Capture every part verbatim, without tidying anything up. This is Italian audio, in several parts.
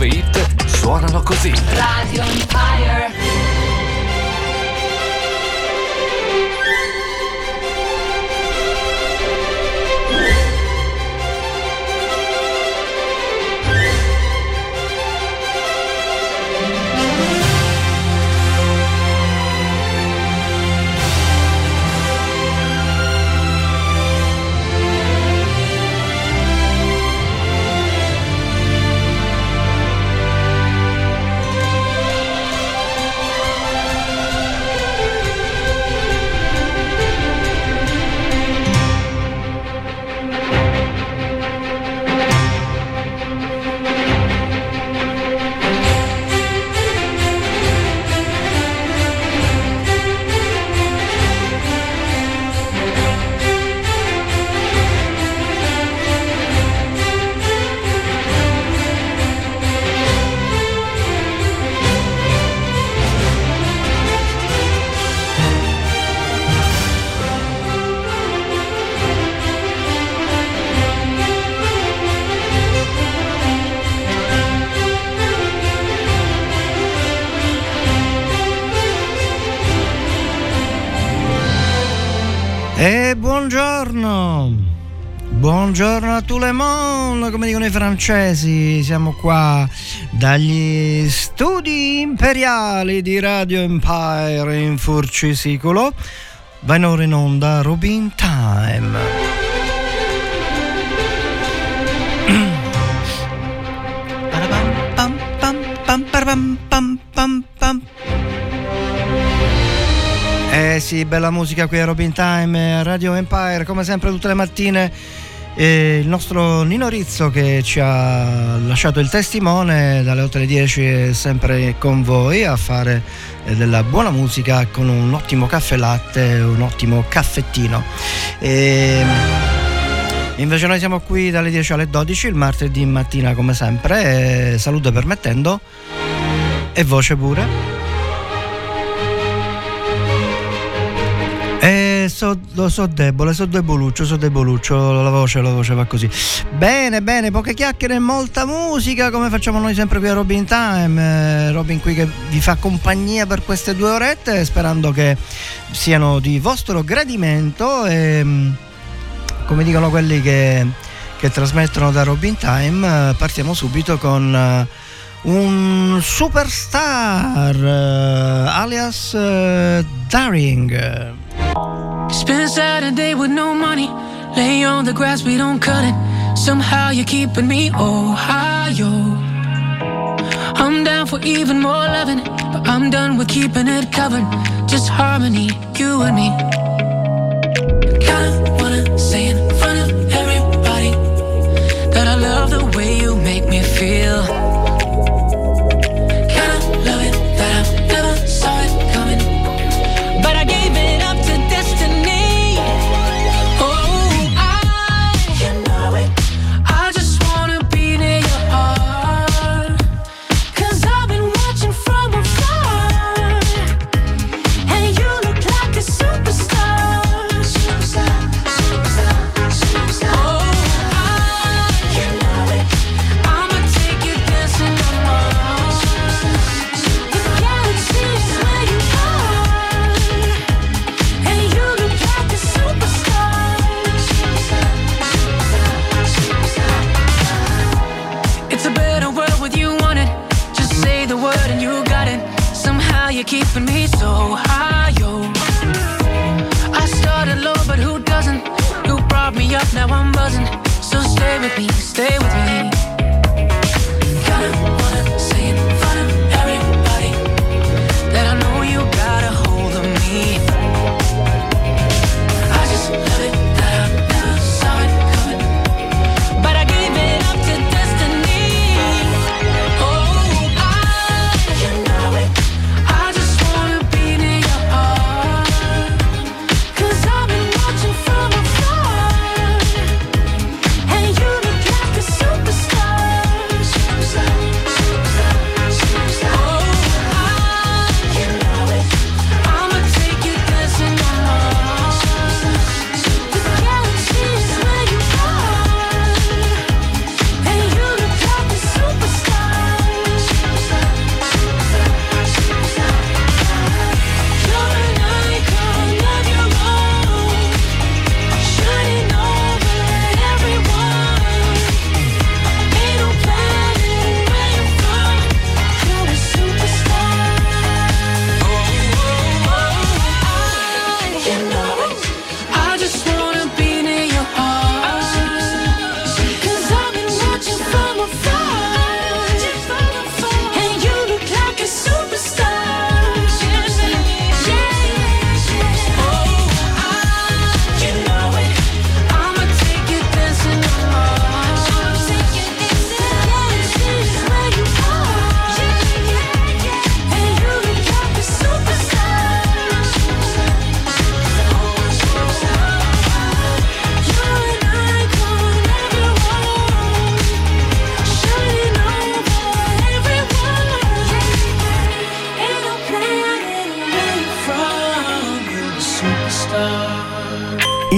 nuove hit suonano così. Radio Empire. E buongiorno, buongiorno a tout le monde, come dicono i francesi. Siamo qua dagli studi imperiali di Radio Empire in Furcisicolo. Va in ora in onda Robin Time. Pam pam pam pam pam pam pam. Eh sì, bella musica qui a Robin Time, a Radio Empire, come sempre tutte le mattine. Eh, il nostro Nino Rizzo, che ci ha lasciato il testimone, dalle otto alle dieci è sempre con voi a fare eh, della buona musica con un ottimo caffè latte, un ottimo caffettino. E invece noi siamo qui dalle dieci alle dodici il martedì mattina come sempre, eh, salute permettendo, e voce pure. Eh, so, so debole, so deboluccio, so deboluccio, la voce, la voce va così. Bene, bene, poche chiacchiere e molta musica, come facciamo noi sempre qui a Robin Time. Eh, Robin qui che vi fa compagnia per queste due orette, sperando che siano di vostro gradimento. E, come dicono quelli che, che trasmettono da Robin Time, partiamo subito con uh, un superstar, uh, alias uh, Daring. Spend Saturday with no money, lay on the grass, we don't cut it. Somehow you're keeping me Ohio. I'm down for even more loving, but I'm done with keeping it covered. Just harmony, you and me. Kinda wanna say in front of everybody that I love the way you make me feel. Kinda love it that I never saw it coming, but I gave it up to destiny. Oh, I, you know it, I just wanna be near your heart, 'cause I've been watching from afar, and you look like a superstar. Superstar, superstar, superstar. Oh, I, you know it, I'ma take you dancing on Mars. The galaxy's where you are, and you look like a superstar. It's a better world with you on it. Just say the word and you got it. Somehow you're keeping me so high, yo. I started low, but who doesn't? You brought me up, now I'm buzzing. So stay with me, stay with me. Kinda wanna say in front of everybody that I know you got a hold of me. I just love it that I never saw it coming, but I gave it up to destiny. Oh, I, you know it, I just wanna be near your heart, 'cause I've been watching from afar, and you look like a superstar.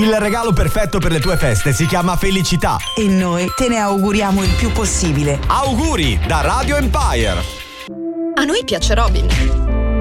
Il regalo perfetto per le tue feste si chiama felicità. E noi te ne auguriamo il più possibile. Auguri da Radio Empire. A noi piace Robin.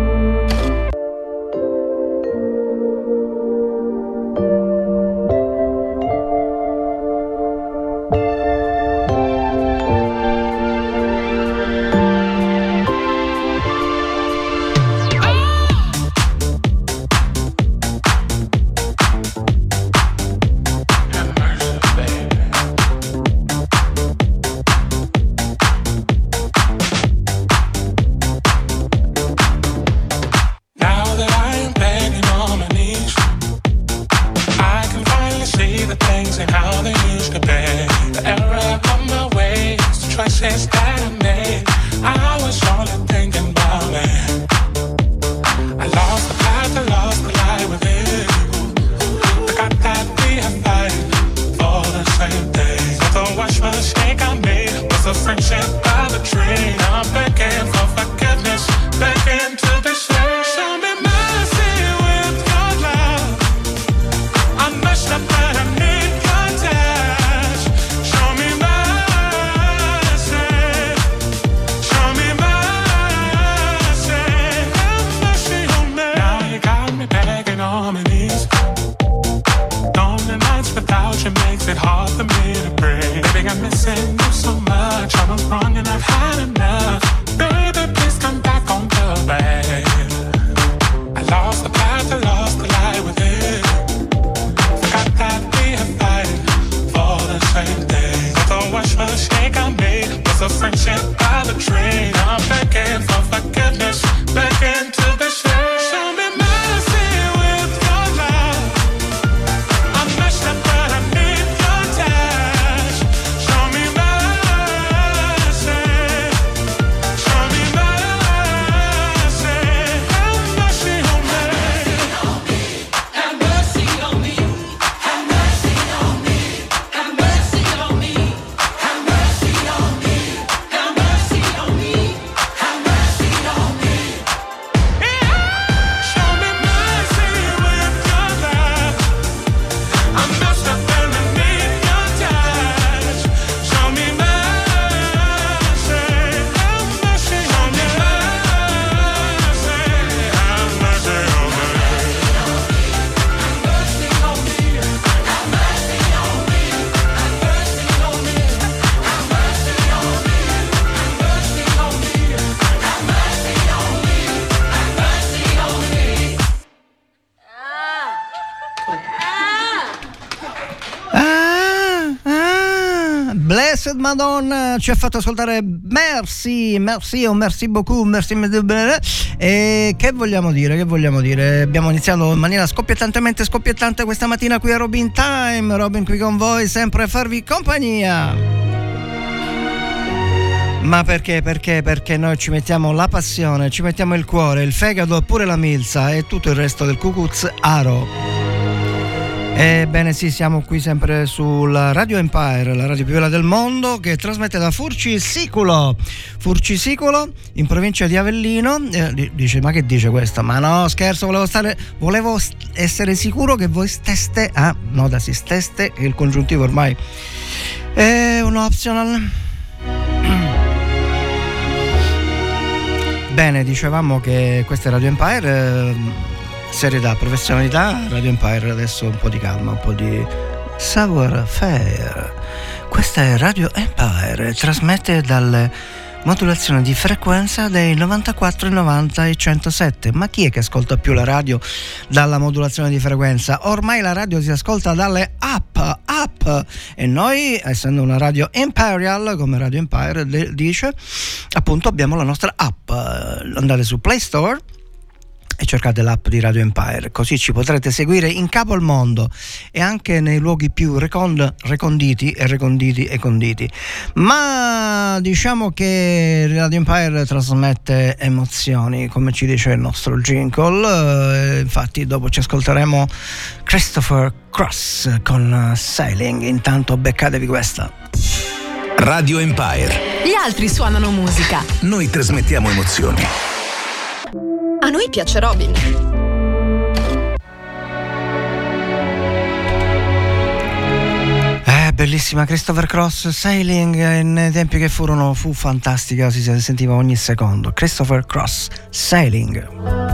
Blessed Madonna ci ha fatto ascoltare Merci, merci o merci beaucoup, merci. E che vogliamo dire, che vogliamo dire? Abbiamo iniziato in maniera scoppiettantemente scoppiettante questa mattina qui a Robin Time. Robin qui con voi, sempre a farvi compagnia. Ma perché? Perché? Perché noi ci mettiamo la passione, ci mettiamo il cuore, il fegato, pure la milza e tutto il resto del cucuz aro. Ebbene sì, siamo qui sempre sulla Radio Empire, la radio più bella del mondo, che trasmette da Furcisicolo. Furcisicolo, in provincia di Avellino. Eh, dice, ma che dice questo? Ma no, scherzo, volevo stare, volevo essere sicuro che voi steste, ah, no, da si steste, che il congiuntivo ormai è un optional. Bene, dicevamo che questa è Radio Empire, eh, serietà, professionalità. Radio Empire, adesso un po' di calma, un po' di savoir-faire. Questa è Radio Empire, trasmette dalle modulazioni di frequenza dei novantaquattro, novanta e centosette. Ma chi è che ascolta più la radio dalla modulazione di frequenza? Ormai la radio si ascolta dalle app, app e noi, essendo una radio Imperial, come Radio Empire dice, appunto abbiamo la nostra app. Andate su Play Store e cercate l'app di Radio Empire, così ci potrete seguire in capo al mondo e anche nei luoghi più recond- reconditi e reconditi e conditi. Ma diciamo che Radio Empire trasmette emozioni, come ci dice il nostro jingle. Eh, infatti dopo ci ascolteremo Christopher Cross con Sailing. Intanto beccatevi questa. Radio Empire. Gli altri suonano musica. Noi trasmettiamo emozioni. A noi piace Robin. bellissima Christopher Cross, Sailing, in tempi che furono, fu fantastica, si sentiva ogni secondo. Christopher Cross, Sailing.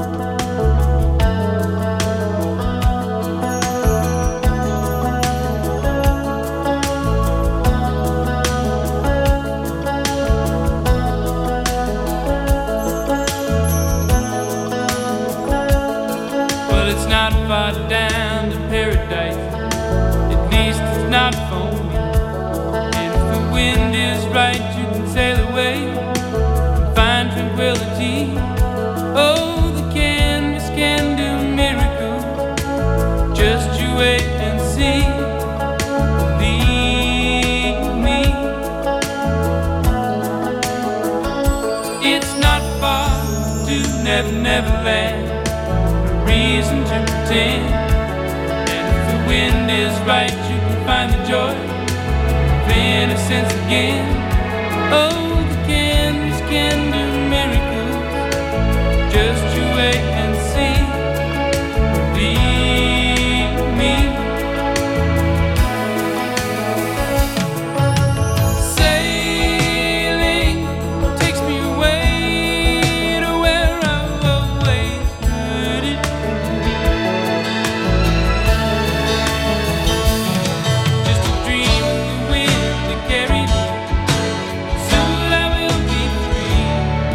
Well, it's not far down to paradise. At least it's not for me. And if the wind is right, you can sail away and find tranquility. Oh, the canvas can do miracles. Just you wait and see. Believe me. It's not far to Never Never Land. No reason to pretend. And if the wind is right, you can find the joy of innocence again. Oh, the canvas can do miracles. Just you wait and see. Believe me. Sailing takes me away to where I've always heard it. Just a dream of the wind to carry me. Soon I will be free.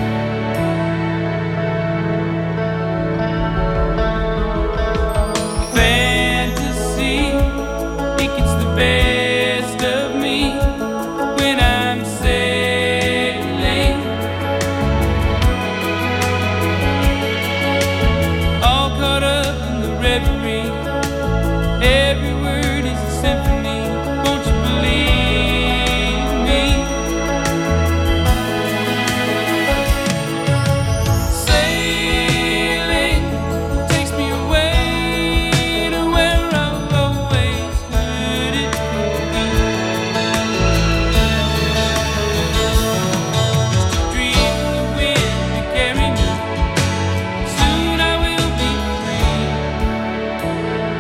Fantasy, it gets the best of me when I'm sailing. All caught up in the reverie. Every word is a symphony. Won't you believe me? Sailing takes me away to where I've always heard it. Just a dream of the wind to carry me. Soon I will be free.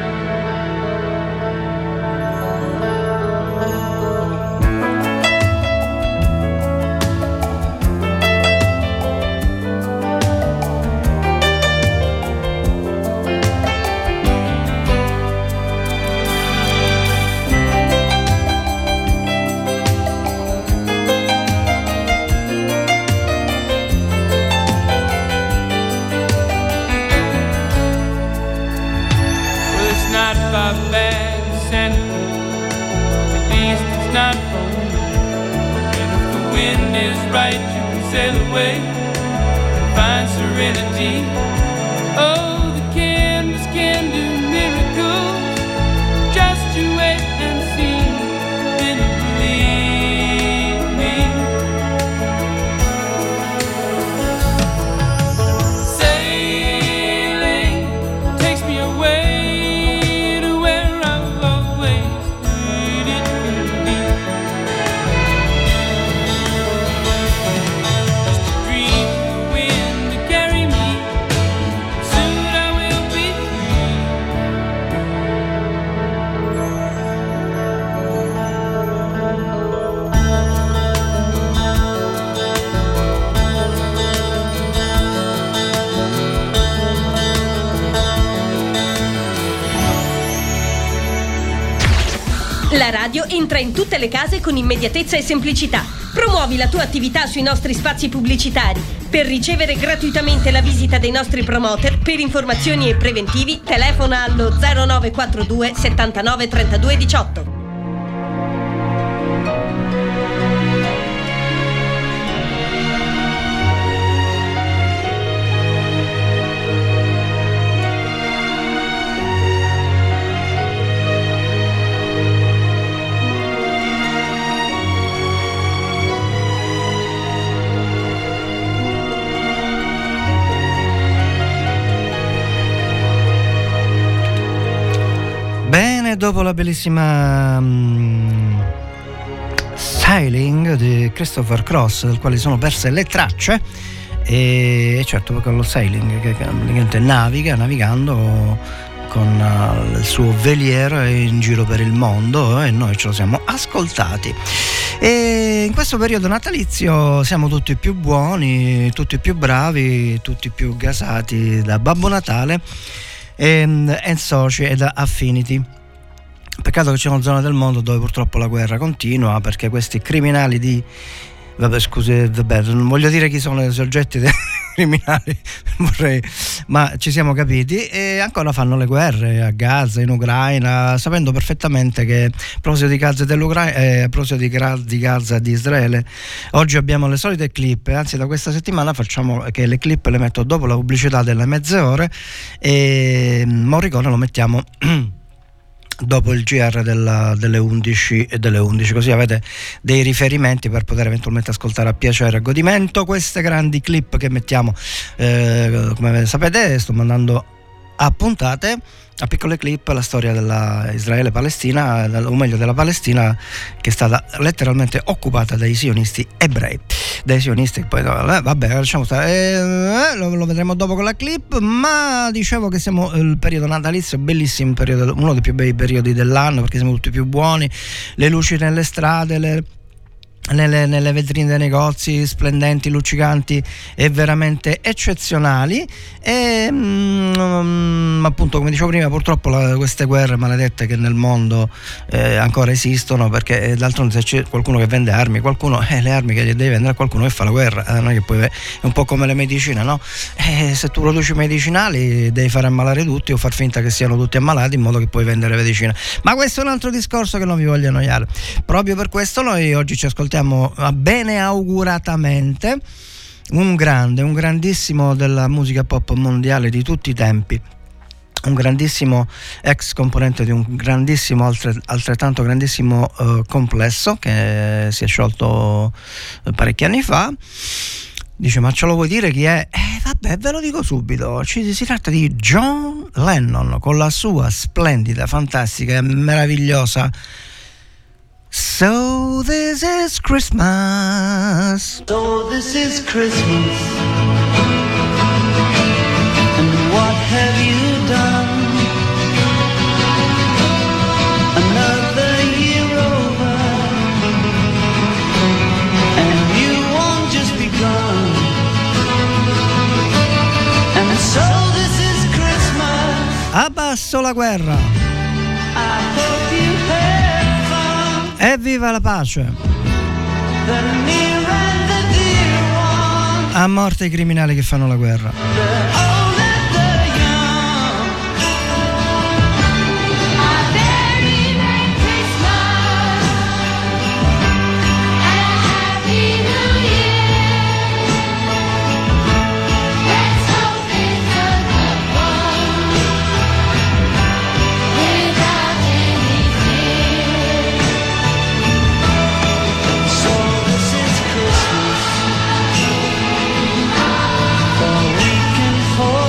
Well, it's not far back to Santa Cruz. At least it's not for me. And if the wind is right, you can sail away and find serenity. Oh, the canvas can do miracles. Just you wait and see. Then you believe me. Sailing takes me away to where I've always heard it would be. Just a dream of the wind to carry me. Soon I will be La radio entra in tutte le case con immediatezza e semplicità. Promuovi la tua attività sui nostri spazi pubblicitari. Per ricevere gratuitamente la visita dei nostri promoter, per informazioni e preventivi, telefona allo zero nove quattro due settantanove trentadue diciotto. Bene, dopo la bellissima um, Sailing di Christopher Cross, del quale sono perse le tracce, e certo con lo sailing che praticamente naviga, navigando con uh, il suo Velier in giro per il mondo, e noi ce lo siamo ascoltati. E in questo periodo natalizio siamo tutti più buoni, tutti più bravi, tutti più gasati da Babbo Natale e, e soci ed Affinity. Peccato che c'è una zona del mondo dove purtroppo la guerra continua, perché questi criminali di... Vabbè, scusi, vabbè, non voglio dire chi sono i soggetti dei criminali, vorrei, ma ci siamo capiti, e ancora fanno le guerre a Gaza, in Ucraina, sapendo perfettamente che, a proposito di Gaza dell'Ucraina, eh, a proposito di, di Gaza e di Israele, oggi abbiamo le solite clip, anzi da questa settimana facciamo che le clip le metto dopo la pubblicità delle mezze ore, e Morricone lo mettiamo dopo il G R della, delle undici e delle undici, così avete dei riferimenti per poter eventualmente ascoltare a piacere e a godimento queste grandi clip che mettiamo. Eh, come sapete, sto mandando a puntate, a piccole clip, la storia della Israele-Palestina, o meglio della Palestina, che è stata letteralmente occupata dai sionisti ebrei, dai sionisti, poi vabbè, lasciamo stare, eh, lo, lo vedremo dopo con la clip. Ma dicevo che siamo il periodo natalizio, bellissimo periodo, uno dei più bei periodi dell'anno, perché siamo tutti più buoni, le luci nelle strade, le Nelle, nelle vetrine dei negozi splendenti, luccicanti e veramente eccezionali. E mm, appunto, come dicevo prima, purtroppo la, queste guerre maledette che nel mondo eh, ancora esistono, perché d'altronde se c'è qualcuno che vende armi, qualcuno eh, le armi che gli devi vendere a qualcuno che fa la guerra, eh, non è che poi è un po' come le medicine, no? Eh, se tu produci medicinali devi fare ammalare tutti o far finta che siano tutti ammalati in modo che puoi vendere medicina. Ma questo è un altro discorso che non vi voglio annoiare. Proprio per questo noi oggi ci ascoltiamo bene auguratamente un grande, un grandissimo della musica pop mondiale di tutti i tempi, un grandissimo ex componente di un grandissimo, altre, altrettanto grandissimo uh, complesso che si è sciolto parecchi anni fa. Dice, ma ce lo vuoi dire chi è? Eh vabbè, ve lo dico subito. Ci, si tratta di John Lennon con la sua splendida, fantastica e meravigliosa So this is Christmas. So this is Christmas. And what have you done? Another year over, and you won't just begun. And so this is Christmas. Abbasso la guerra. I hope you heard. Evviva la pace! A morte i criminali che fanno la guerra. For we can hold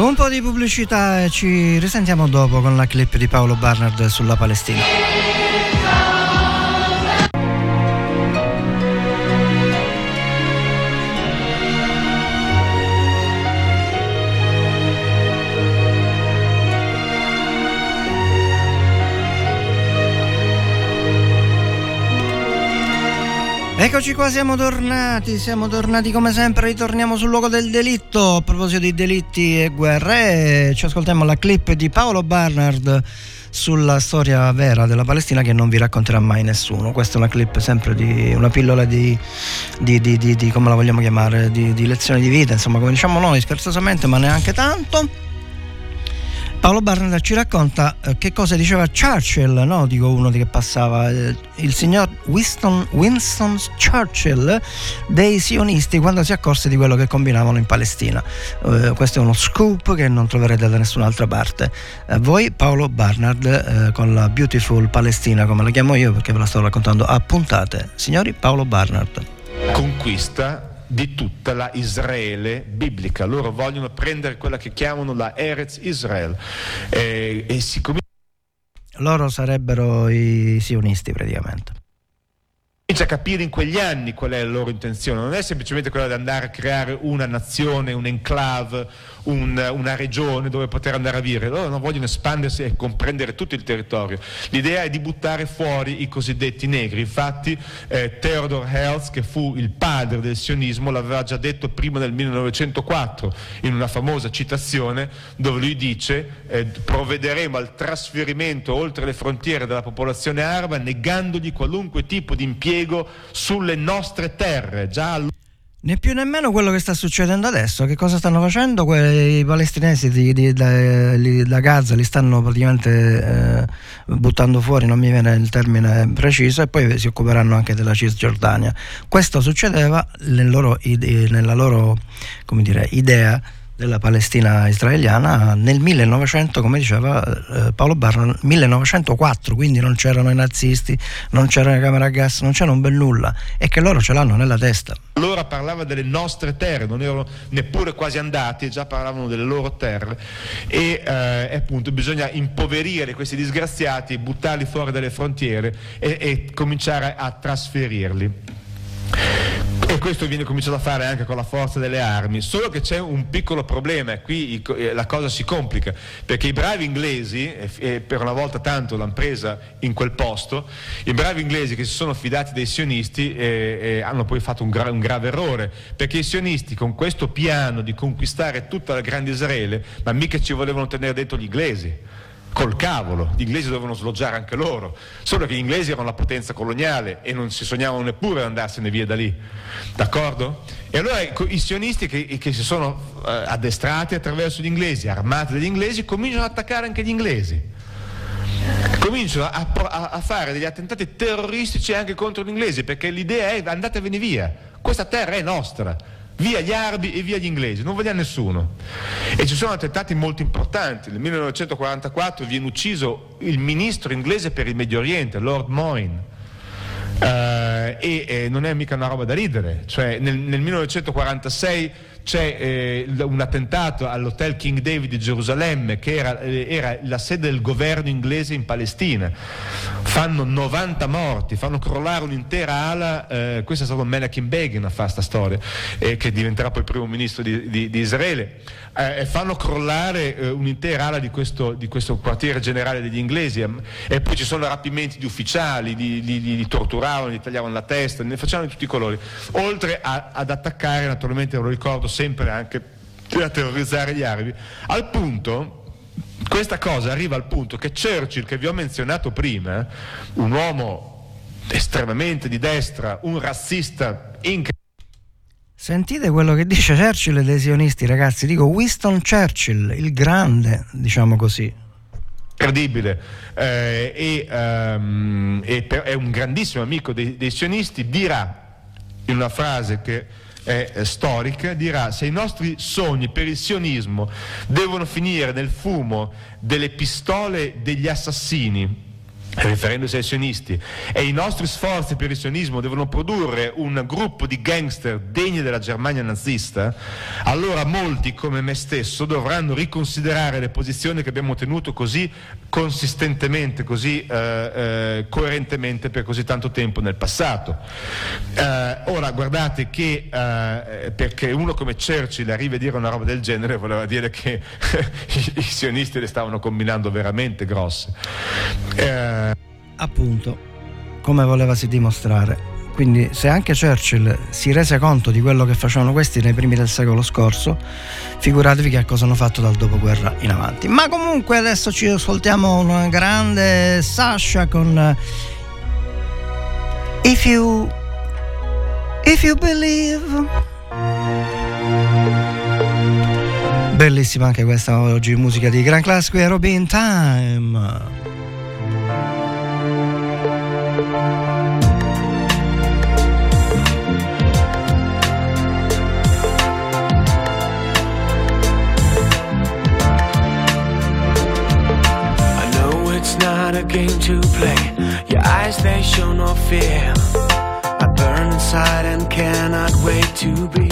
Un po' di pubblicità e ci risentiamo dopo con la clip di Paolo Barnard sulla Palestina. Eccoci qua, siamo tornati, siamo tornati come sempre, ritorniamo sul luogo del delitto. A proposito di delitti e guerre, ci ascoltiamo la clip di Paolo Barnard sulla storia vera della Palestina che non vi racconterà mai nessuno. Questa è una clip sempre di una pillola di, di, di, di, di come la vogliamo chiamare, di, di lezione di vita, insomma, come diciamo noi scherzosamente, ma neanche tanto. Paolo Barnard ci racconta eh, che cosa diceva Churchill, no? Dico uno che passava, eh, il signor Winston, Winston Churchill dei sionisti quando si accorse di quello che combinavano in Palestina. Eh, questo è uno scoop che non troverete da nessun'altra parte. A voi Paolo Barnard eh, con la Beautiful Palestina, come la chiamo io perché ve la sto raccontando a puntate. Signori, Paolo Barnard. Conquista di tutta la Israele biblica. Loro vogliono prendere quella che chiamano la Eretz Israel e, e si comincia. Loro sarebbero i sionisti praticamente. Comincia a capire in quegli anni qual è la loro intenzione, non è semplicemente quella di andare a creare una nazione, un enclave, un, una regione dove poter andare a vivere. Loro non vogliono espandersi e comprendere tutto il territorio. L'idea è di buttare fuori i cosiddetti negri. Infatti eh, Theodor Herzl, che fu il padre del sionismo, l'aveva già detto prima del millenovecentoquattro in una famosa citazione dove lui dice eh, provvederemo al trasferimento oltre le frontiere della popolazione araba negandogli qualunque tipo di impiego sulle nostre terre. Già né più nemmeno quello che sta succedendo adesso. Che cosa stanno facendo? Que- i palestinesi di, di, da, li, da Gaza li stanno praticamente eh, buttando fuori, non mi viene il termine preciso, e poi si occuperanno anche della Cisgiordania. Questo succedeva nel loro, nella loro, come dire, idea della Palestina israeliana nel millenovecento, come diceva eh, Paolo Barnard, millenovecentoquattro, quindi non c'erano i nazisti, non c'era la camera a gas, non c'era un bel nulla, e che loro ce l'hanno nella testa. Allora parlava delle nostre terre, non erano neppure quasi andati e già parlavano delle loro terre e eh, appunto bisogna impoverire questi disgraziati, buttarli fuori dalle frontiere e, e cominciare a trasferirli. E questo viene cominciato a fare anche con la forza delle armi, solo che c'è un piccolo problema e qui la cosa si complica, perché i bravi inglesi, e per una volta tanto l'hanno presa in quel posto, i bravi inglesi che si sono fidati dei sionisti eh, eh, hanno poi fatto un, gra- un grave errore, perché i sionisti con questo piano di conquistare tutta la grande Israele, ma mica ci volevano tenere dentro gli inglesi. Col cavolo, gli inglesi dovevano sloggiare anche loro, solo che gli inglesi erano la potenza coloniale e non si sognavano neppure di andarsene via da lì, d'accordo? E allora i sionisti che, che si sono eh, addestrati attraverso gli inglesi, armati dagli inglesi, cominciano ad attaccare anche gli inglesi, cominciano a, a, a fare degli attentati terroristici anche contro gli inglesi, perché l'idea è andatevene via, questa terra è nostra. Via gli arabi e via gli inglesi, non vogliamo nessuno. E ci sono attentati molto importanti. Nel millenovecentoquarantaquattro viene ucciso il ministro inglese per il Medio Oriente, Lord Moyne. Uh, e, e non è mica una roba da ridere. Cioè, nel, nel millenovecentoquarantasei c'è eh, un attentato all'hotel King David di Gerusalemme, che era, eh, era la sede del governo inglese in Palestina. Fanno novanta morti, fanno crollare un'intera ala. Eh, questo è stato Menachem Begin a fare sta storia, eh, che diventerà poi il primo ministro di, di, di Israele. Eh, e fanno crollare eh, un'intera ala di questo, di questo quartiere generale degli inglesi. Eh, e poi ci sono rapimenti di ufficiali, li, li, li, li torturavano, gli tagliavano la testa, ne facevano di tutti i colori. Oltre a, ad attaccare, naturalmente, lo ricordo sempre anche a terrorizzare gli arabi, al punto, questa cosa arriva al punto che Churchill, che vi ho menzionato prima, un uomo estremamente di destra, un razzista incredibile. Sentite quello che dice Churchill dei sionisti, ragazzi, dico Winston Churchill, il grande, diciamo così. Incredibile, eh, e, um, e per, è un grandissimo amico dei, dei sionisti, dirà in una frase che è, è storica, dirà: se i nostri sogni per il sionismo devono finire nel fumo delle pistole degli assassini riferendosi ai sionisti, e i nostri sforzi per il sionismo devono produrre un gruppo di gangster degni della Germania nazista, allora molti come me stesso dovranno riconsiderare le posizioni che abbiamo tenuto così consistentemente, così eh, eh, coerentemente per così tanto tempo nel passato. Eh, ora guardate che eh, perché uno come Churchill arrivi a dire una roba del genere voleva dire che i, i sionisti le stavano combinando veramente grosse. Eh, Appunto, come volevasi dimostrare. Quindi se anche Churchill si rese conto di quello che facevano questi nei primi del secolo scorso, figuratevi che cosa hanno fatto dal dopoguerra in avanti. Ma comunque adesso ci ascoltiamo una grande Sasha con If You If You Believe. Bellissima anche questa oggi, musica di gran classe qui a Robin Time. Not a game to play. Your eyes, they show no fear. I burn inside and cannot wait to be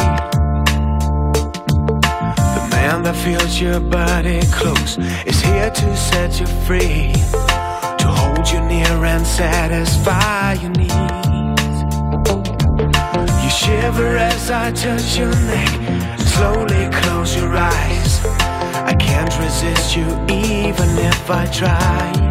the man that feels your body close, is here to set you free, to hold you near and satisfy your needs. You shiver as I touch your neck, slowly close your eyes. I can't resist you even if I try.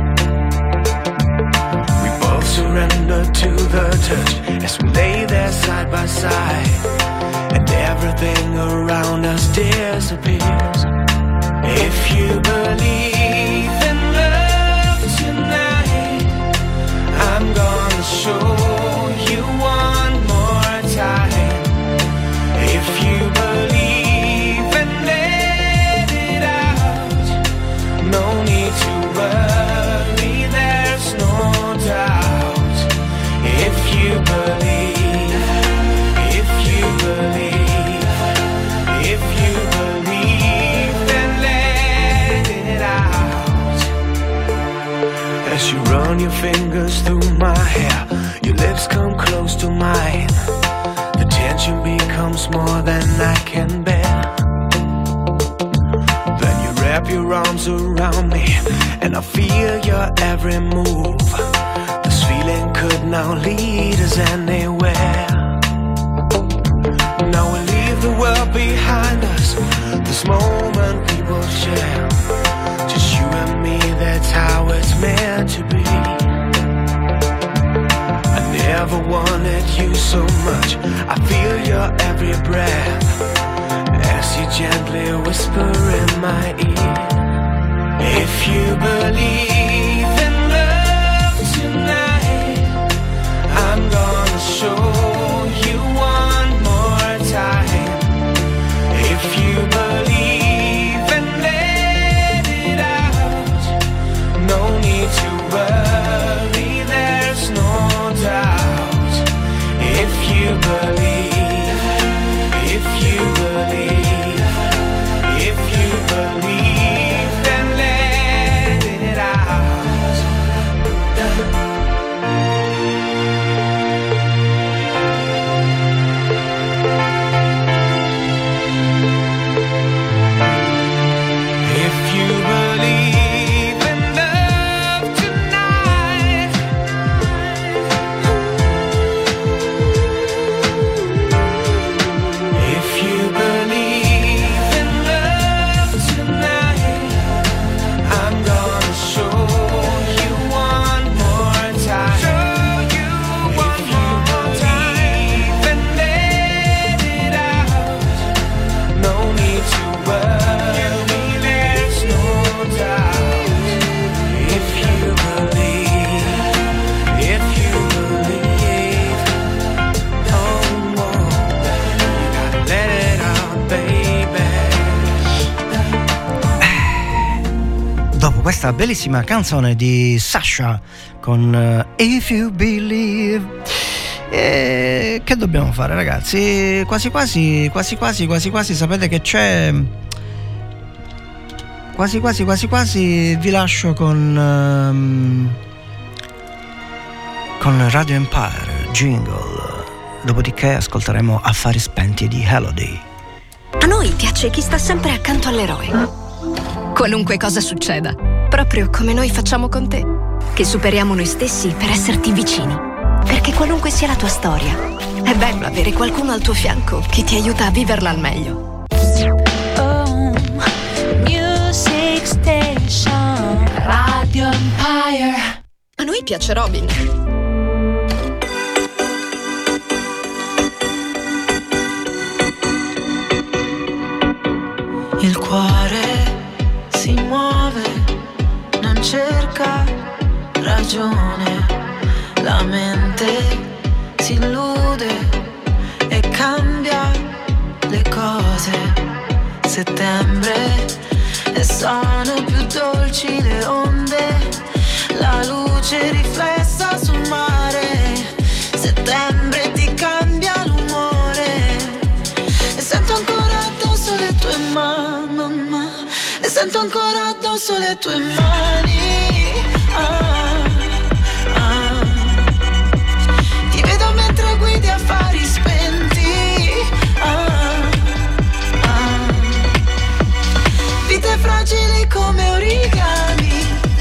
Surrender to the touch as we lay there side by side, and everything around us disappears. If you believe in love tonight, I'm gonna show you one more time. If you believe and let it out, no need to worry, there's no doubt. If you believe, if you believe, if you believe, then let it out. As you run your fingers through my hair, your lips come close to mine. The tension becomes more than I can bear. Then you wrap your arms around me, and I feel your every move. Feeling could now lead us anywhere. Now we leave the world behind us, this moment we will share. Just you and me, that's how it's meant to be. I never wanted you so much, I feel your every breath as you gently whisper in my ear. If you believe in love tonight, I'm gonna show you one more time. If you believe and let it out, no need to worry, there's no doubt. If you believe, if you believe, if you believe, then let it out. Questa bellissima canzone di Sasha con uh, If You Believe. E che dobbiamo fare, ragazzi? Quasi quasi, quasi quasi, quasi quasi sapete che c'è. Quasi quasi, quasi quasi vi lascio con um, con Radio Empire, jingle. Dopodiché ascolteremo Affari spenti di Elodie. A noi piace chi sta sempre accanto all'eroe. Qualunque cosa succeda, proprio come noi facciamo con te, che superiamo noi stessi per esserti vicini. Perché qualunque sia la tua storia, è bello avere qualcuno al tuo fianco che ti aiuta a viverla al meglio. Oh, Music Station Radio Empire. A noi piace Robin. Il cuore si muove, non cerca ragione, la mente si illude e cambia le cose. Settembre e sono più dolci le onde, la luce riflessa sul mare. Settembre ti cambia l'umore e sento ancora addosso le tue mani, e sento ancora addosso le tue mani. Ah, ah. Ti vedo mentre guidi affari spenti. Ah, ah. Vite fragili come origami.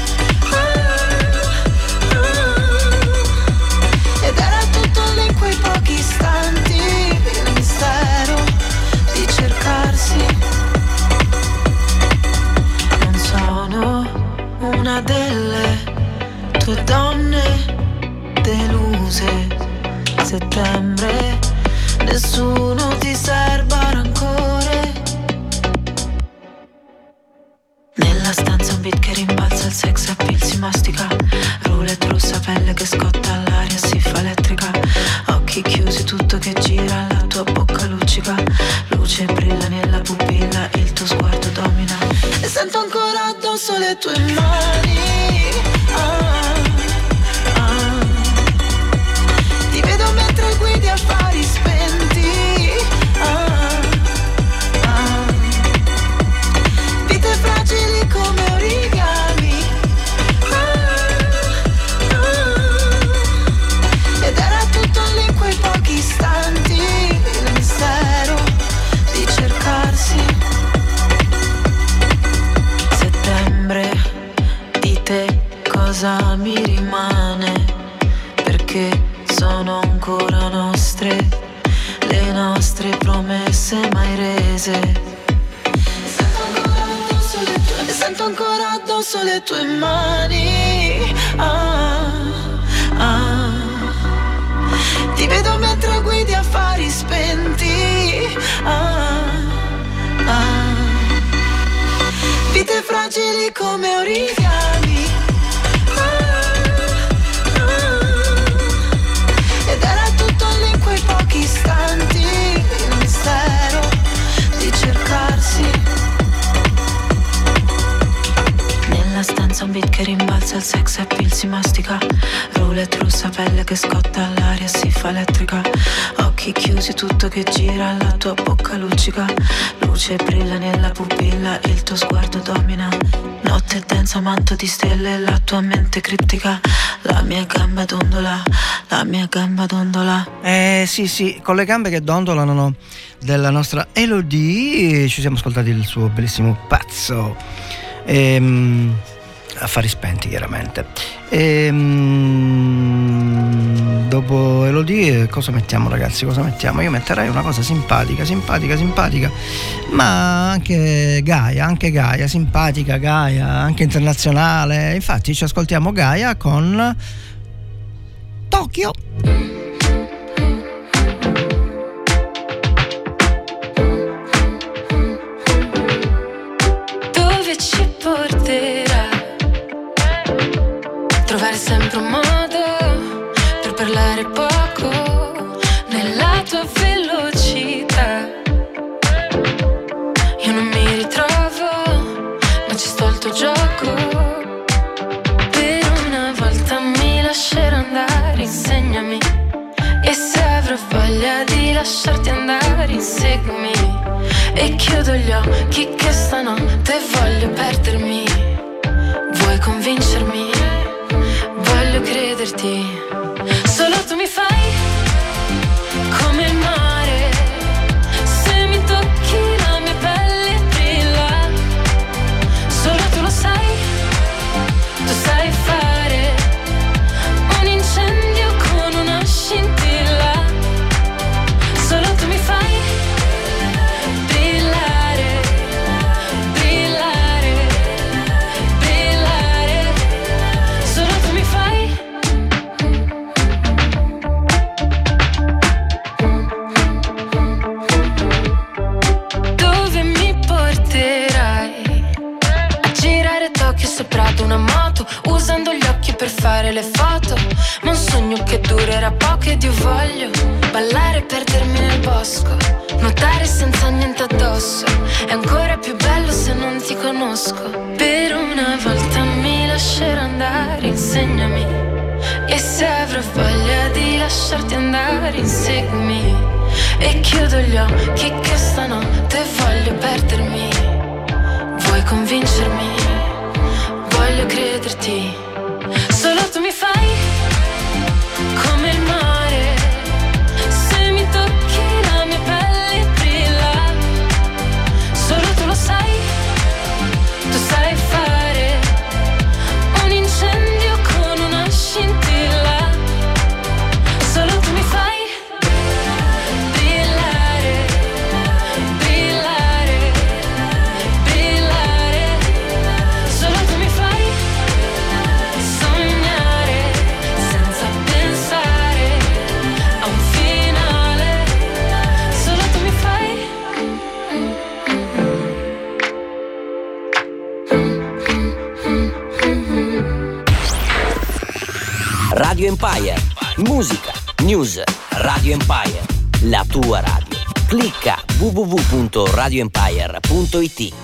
Ed era tutto lì in quei pochi istanti, il mistero di cercarsi. Non sono una delle tue donne deluse. Settembre, nessuno ti serba rancore. Nella stanza un beat che rimbalza, il sex appeal si mastica. Roulette rossa, pelle che scotta, all'aria si fa elettrica. Occhi chiusi, tutto che gira, la tua bocca luccica. Luce brilla nella pupilla, il tuo sguardo domina. E sento ancora addosso le tue mani. Ah, ah. Ti vedo mentre guidi affari spenti. Ah, ah. Vite fragili come origami. Ed era tutto lì in quei pochi istanti, il mistero di cercarsi. Settembre, di te cosa mi rimane? Perché sono ancora nostre, le nostre promesse mai rese. E sento ancora addosso le tue mani. Ah, ah. Ti vedo mentre guidi affari spenti. Ah, ah. Vite fragili come origami. Ah, ah. Ed era tutto lì in quei pochi istanti, il mistero di cercarsi. Nella stanza un beat che rimbalza, il sex appeal si mastica. Roulette rossa, pelle che scotta, all'aria si fa elettrica. Occhi chiusi, tutto che gira, la tua bocca luccica. Luce brilla nella pupilla, il tuo sguardo domina. Notte densa, manto di stelle, la tua mente criptica. La mia gamba dondola, la mia gamba dondola. Eh sì sì, con le gambe che dondolano della nostra Elodie ci siamo ascoltati il suo bellissimo pezzo. Ehm, affari spenti chiaramente. Ehm, dopo Elodie cosa mettiamo, ragazzi? Cosa mettiamo? Io metterei una cosa simpatica, simpatica, simpatica, ma anche Gaia, anche Gaia, simpatica, Gaia, anche internazionale. Infatti ci ascoltiamo Gaia con Tokyo. Dove ci porterà? Trovare sempre un modo per parlare poco nella tua velocità. Io non mi ritrovo, ma ci sto al tuo gioco. Per una volta mi lascerò andare, insegnami. E se avrò voglia di lasciarti andare, inseguimi. E chiudo gli occhi che stanotte voglio perdermi. Vuoi convincermi? Voglio crederti. Solo tu mi fai come il mare, se mi tocchi la mia pelle brilla. Solo tu lo sai, tu sai fare un incendio con una scintilla. Solo tu mi fai brillare, brillare, brillare. Solo tu mi fai. Dove mi porterai? A girare Tokyo sopra ad una moto, usando gli occhi per fare le foto. Ma un sogno che durerà poco ed io voglio ballare e perdermi nel bosco, nuotare senza niente addosso. È ancora più bello se non ti conosco. Per una volta mi lascerò andare, insegnami. E se avrò voglia di lasciarti andare, inseguimi. E chiudo gli occhi che stanotte voglio perdermi. Vuoi convincermi? Voglio crederti. Solo tu mi fai come il mare, se mi tocchi la mia pelle brilla. Solo tu lo sai, tu sai fare un incendio con una scintilla. Solo tu mi fai brillare, brillare, brillare. Solo tu mi fai sognare senza pensare a un finale. Solo tu mi fai. Radio Empire, musica, news, Radio Empire, la tua radio. Clicca w w w punto radio empire punto i t.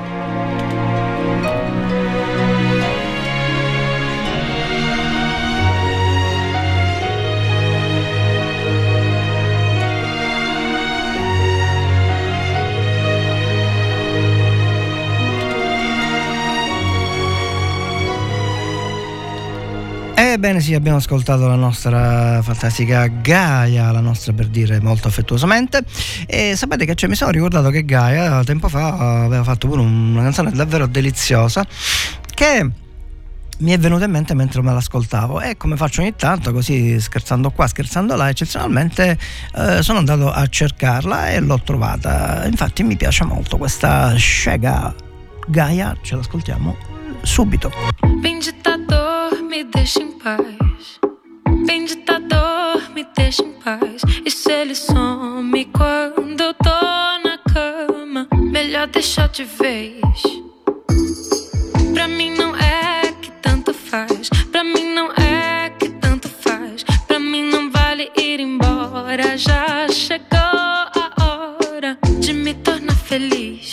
Ebbene sì, abbiamo ascoltato la nostra fantastica Gaia, la nostra per dire molto affettuosamente. E sapete che cioè, mi sono ricordato che Gaia tempo fa aveva fatto pure una canzone davvero deliziosa che mi è venuta in mente mentre me l'ascoltavo, e come faccio ogni tanto, così scherzando qua, scherzando là, eccezionalmente eh, sono andato a cercarla e l'ho trovata. Infatti mi piace molto questa Scega Gaia, ce l'ascoltiamo subito. Bem ditador, me deixa em paz. Bem ditador, me deixa em paz. E se ele some quando eu tô na cama, melhor deixar de vez. Pra mim não é que tanto faz. Pra mim não é que tanto faz. Pra mim não vale ir embora. Já chegou a hora de me tornar feliz.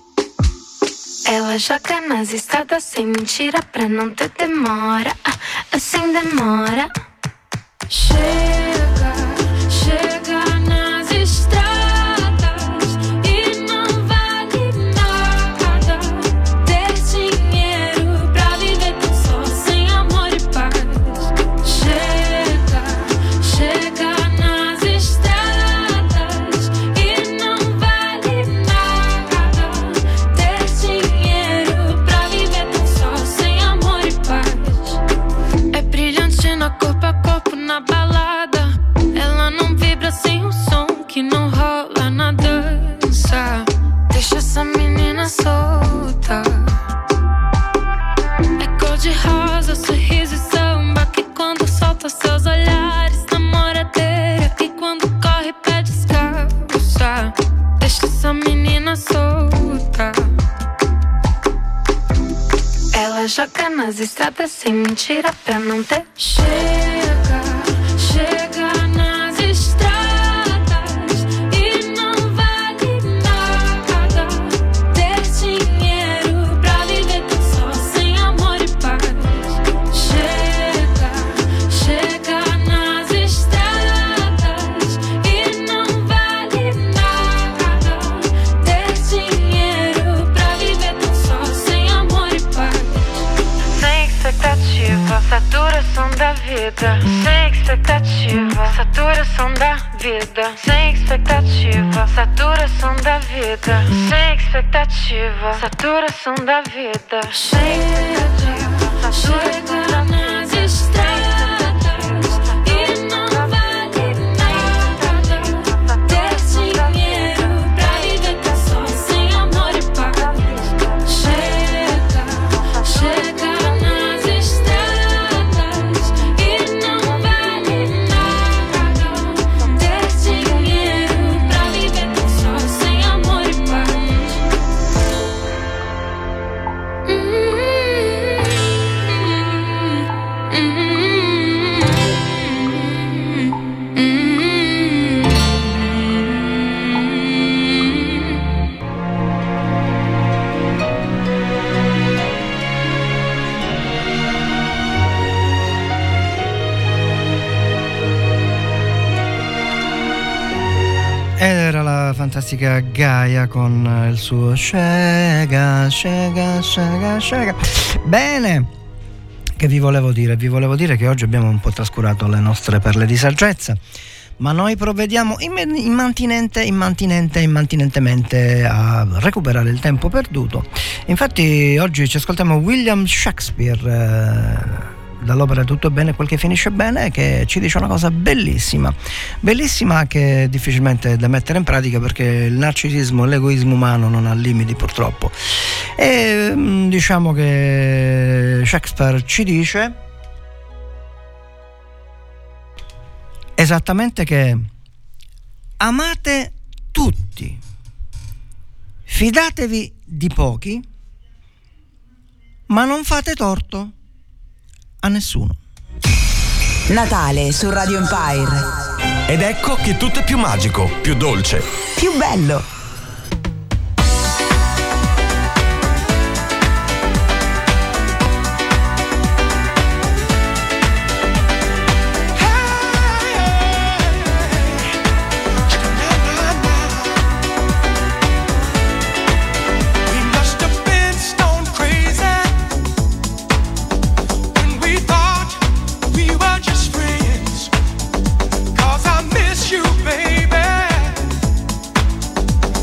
Ela joga nas estradas sem mentira pra não ter demora, sem demora. Chega, chega nas estradas e não vale nada ter dinheiro pra viver tão só sem amor e paz. Chega, chega nas estradas e não vale nada ter dinheiro pra viver tão só sem amor e paz. É brilhante na corpo a corpo na balada. Ela não vibra sem o som que não rola na dança. Deixa essa menina solta. É cor de rosa, sorriso e samba, que quando solta seus olhares namoradeira, e quando corre pede descalça. Deixa essa menina solta. Ela joga nas estradas sem mentira pra não ter. Chega, chega nas estradas e não vale nada ter dinheiro pra viver tão só sem amor e paz. Chega, chega nas estradas e não vale nada ter dinheiro pra viver tão só sem amor e paz. Sem expectativa, saturação da vida. sem expectativa, saturação da vida. Sem expectativa, saturação da vida. Sem expectativa, saturação da vida. Sem expectativa, saturação da vida. Era la fantastica Gaia con il suo Scega, Scega, Scega, Scega. Bene, che vi volevo dire? Vi volevo dire che oggi abbiamo un po' trascurato le nostre perle di saggezza, ma noi provvediamo immantinente, immantinente, immantinentemente a recuperare il tempo perduto. Infatti oggi ci ascoltiamo William Shakespeare, eh, dall'opera Tutto bene quel che finisce bene, che ci dice una cosa bellissima, bellissima che è difficilmente da mettere in pratica perché il narcisismo e l'egoismo umano non ha limiti purtroppo. E diciamo che Shakespeare ci dice esattamente che amate tutti, fidatevi di pochi, ma non fate torto a nessuno. Natale su Radio Empire. Ed ecco che tutto è più magico, più dolce, più bello. You, baby.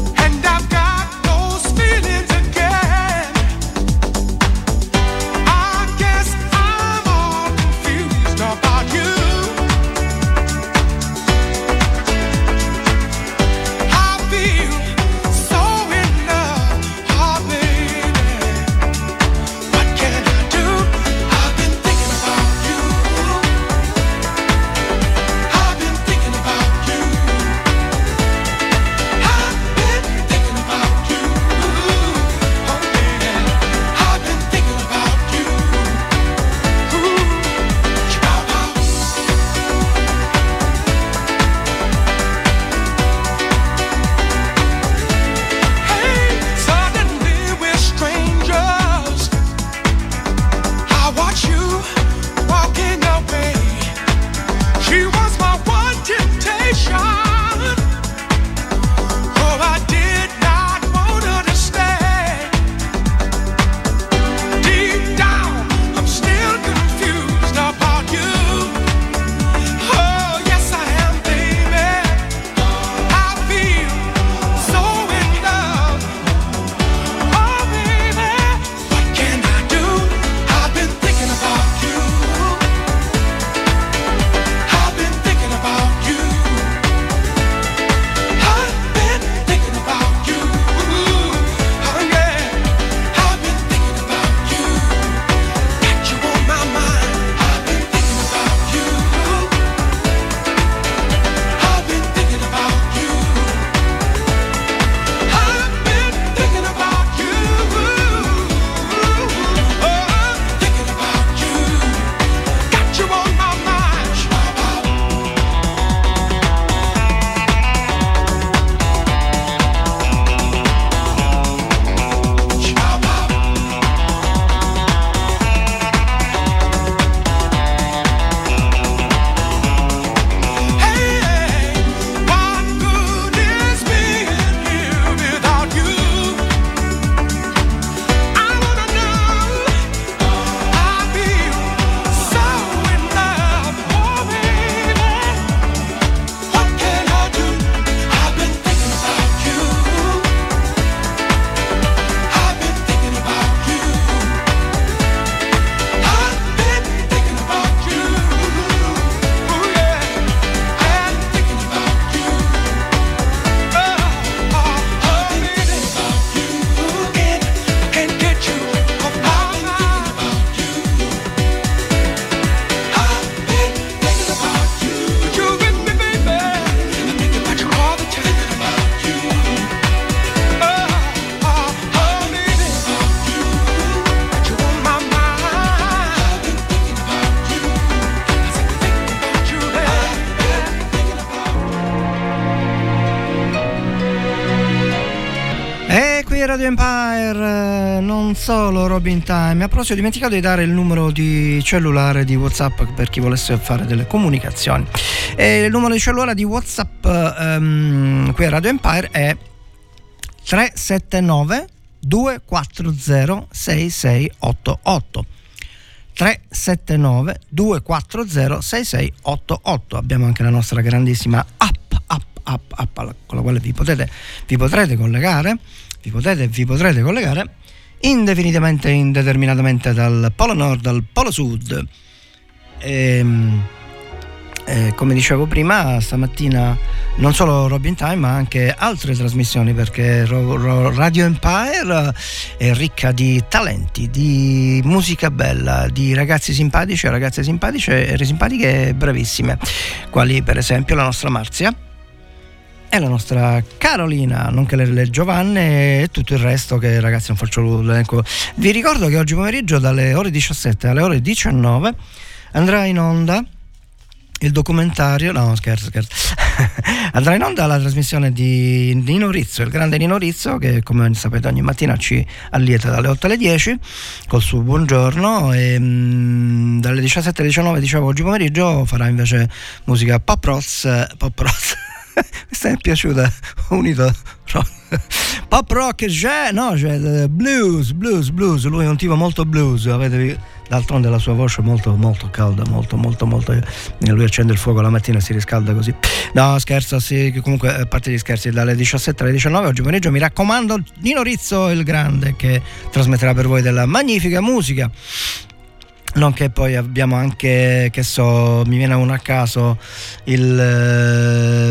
di Radio Empire, non solo Robin Time. A proposito, ho dimenticato di dare il numero di cellulare di WhatsApp per chi volesse fare delle comunicazioni. E il numero di cellulare di WhatsApp um, qui a Radio Empire è tre sette nove due quattro zero sei sei otto otto. tre sette nove due quattro zero sei sei otto otto. Abbiamo anche la nostra grandissima app, app, app, app con la quale vi potete, vi potrete collegare, vi potete, vi potrete collegare indefinitamente, indeterminatamente dal Polo Nord al Polo Sud. E, eh, come dicevo prima, stamattina non solo Robin Time ma anche altre trasmissioni, perché Ro- Ro- Radio Empire è ricca di talenti, di musica bella, di ragazzi simpatici, ragazze simpatiche e simpatiche bravissime, quali per esempio la nostra Marzia e la nostra Carolina, nonché le, le Giovanne e tutto il resto che ragazzi non faccio l'elenco. Vi ricordo che oggi pomeriggio dalle ore diciassette alle ore diciannove andrà in onda il documentario, no scherzo scherzo andrà in onda la trasmissione di Nino Rizzo, il grande Nino Rizzo, che come sapete ogni mattina ci allieta dalle otto alle dieci col suo buongiorno, e mh, dalle diciassette alle diciannove, dicevo, oggi pomeriggio farà invece musica pop rock, pop rock questa mi è piaciuta, ho unito pop rock, jazz, no, cioè blues, blues, blues, lui è un tipo molto blues, avete, d'altronde la sua voce è molto molto calda, molto molto molto, lui accende il fuoco la mattina e si riscalda così. No scherzo, sì, comunque a parte gli scherzi, dalle diciassette alle diciannove oggi pomeriggio mi raccomando Nino Rizzo il grande, che trasmetterà per voi della magnifica musica. Nonché poi abbiamo anche, che so, mi viene uno a caso il eh,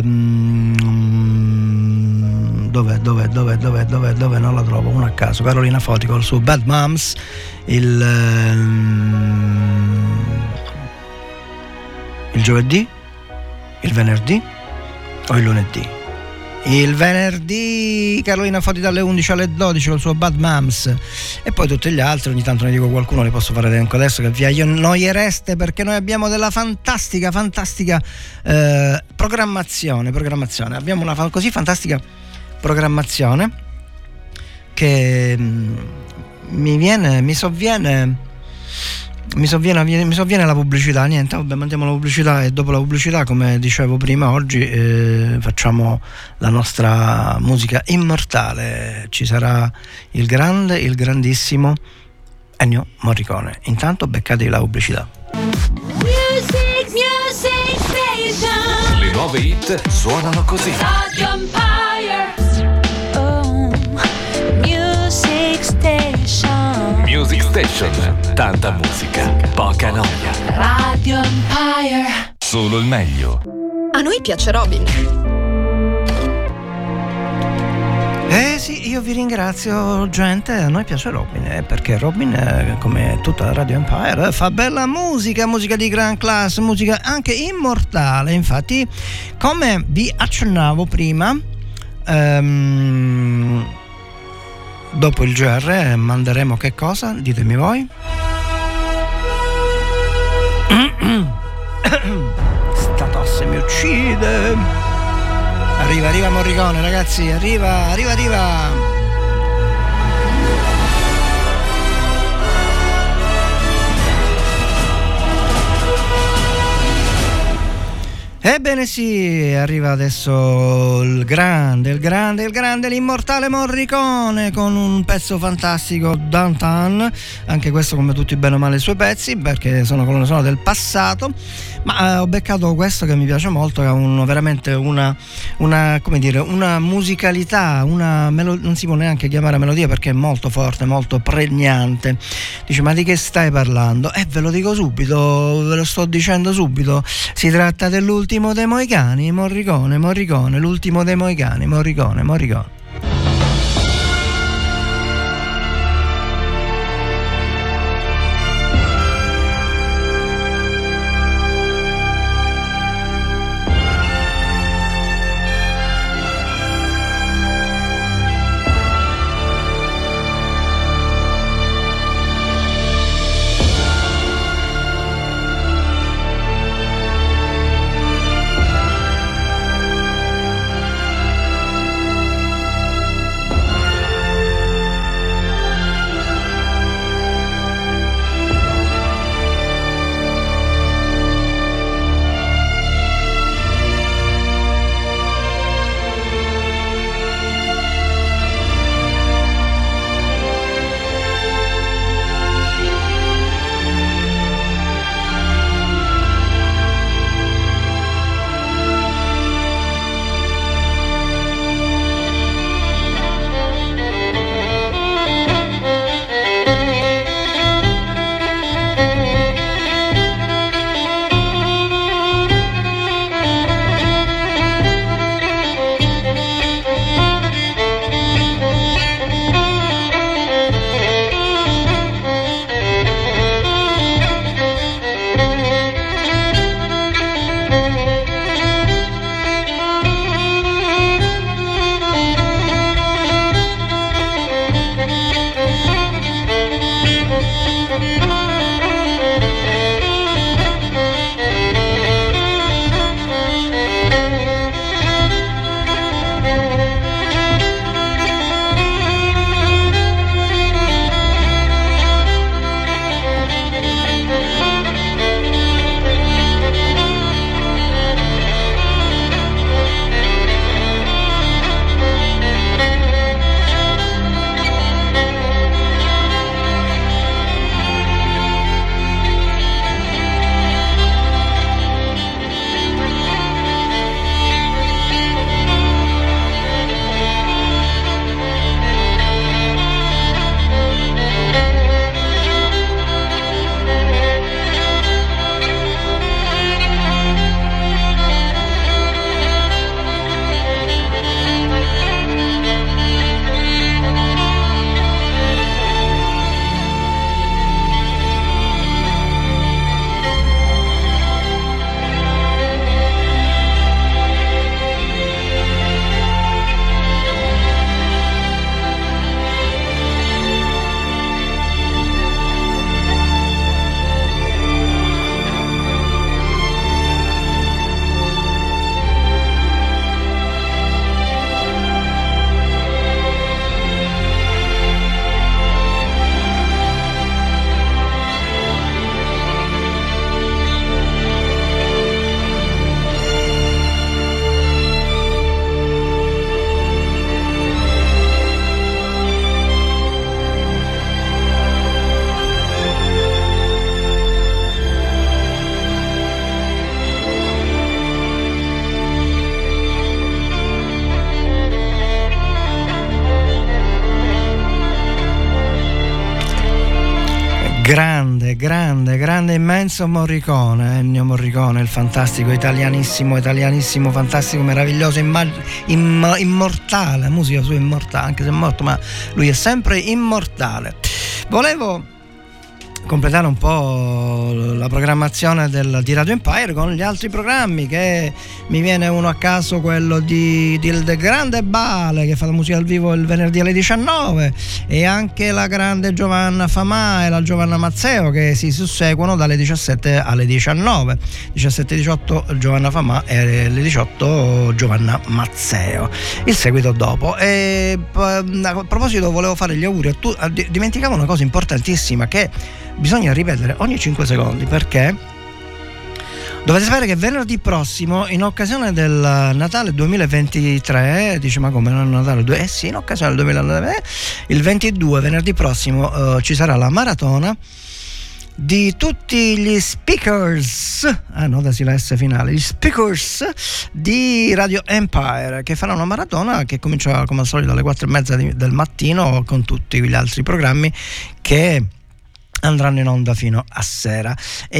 dove dove dove dove dove dove non la trovo, uno a caso, Carolina Foti col suo Bad Moms, il eh, il giovedì, il venerdì o il lunedì? Il venerdì Carolina Foti dalle undici alle dodici col suo Bad Moms, e poi tutti gli altri, ogni tanto ne dico qualcuno, li posso fare elenco adesso che vi annoiereste, perché noi abbiamo della fantastica fantastica eh, programmazione programmazione abbiamo una fa- così fantastica programmazione che mh, mi viene mi sovviene Mi sovviene, mi sovviene la pubblicità. Niente, vabbè, mandiamo la pubblicità, e dopo la pubblicità, come dicevo prima, oggi eh, facciamo la nostra musica immortale. Ci sarà il grande, il grandissimo Ennio Morricone. Intanto beccatevi la pubblicità. Music, music station. Le nuove hit suonano così. Radio Empire. Oh, music station. Music Station, tanta musica, poca noia. Radio Empire. Solo il meglio. A noi piace Robin. Eh sì, io vi ringrazio gente, a noi piace Robin, eh, perché Robin, eh, come tutta la Radio Empire, eh, fa bella musica, musica di gran classe, musica anche immortale. Infatti, come vi accennavo prima, ehm, dopo il G R manderemo che cosa? Ditemi voi. Sta tosse mi uccide. Arriva, arriva Morricone, ragazzi, arriva, arriva, arriva. Ebbene sì, arriva adesso il grande, il grande, il grande, l'immortale Morricone con un pezzo fantastico, Downtown, anche questo come tutti bene o male i suoi pezzi, perché sono colonne sonore del passato, ma eh, ho beccato questo che mi piace molto, che ha un, veramente una, una, come dire, una musicalità, una melo- non si può neanche chiamare melodia perché è molto forte, molto pregnante. Dice, ma di che stai parlando? Eh, ve lo dico subito, ve lo sto dicendo subito, si tratta dell'ultimo L'ultimo dei Moicani, Morricone, Morricone, l'ultimo dei Moicani, Morricone, Morricone. Grande, grande, grande, immenso Morricone, Ennio Morricone, il fantastico, italianissimo, italianissimo, fantastico, meraviglioso, imma- imm- immortale, musica sua immortale, anche se è morto, ma lui è sempre immortale. Volevo completare un po' la programmazione del, di Radio Empire con gli altri programmi, che mi viene uno a caso, quello di, di del Grande Bale, che fa la musica al vivo il venerdì alle diciannove, e anche la grande Giovanna Famà e la Giovanna Mazzeo, che si susseguono dalle diciassette alle diciannove, diciassette diciotto Giovanna Famà e alle diciotto Giovanna Mazzeo, il seguito dopo. E a proposito, volevo fare gli auguri a tu, dimenticavo una cosa importantissima che bisogna ripetere ogni cinque secondi, perché dovete sapere che venerdì prossimo, in occasione del Natale duemilaventitré, dice ma come non è Natale? Eh sì, in occasione del duemilaventitré, il ventidue, venerdì prossimo, eh, ci sarà la maratona di tutti gli speakers, ah no, da sì la S finale, gli speakers di Radio Empire, che farà una maratona che comincia come al solito alle quattro e mezza di, del mattino, con tutti gli altri programmi che andranno in onda fino a sera.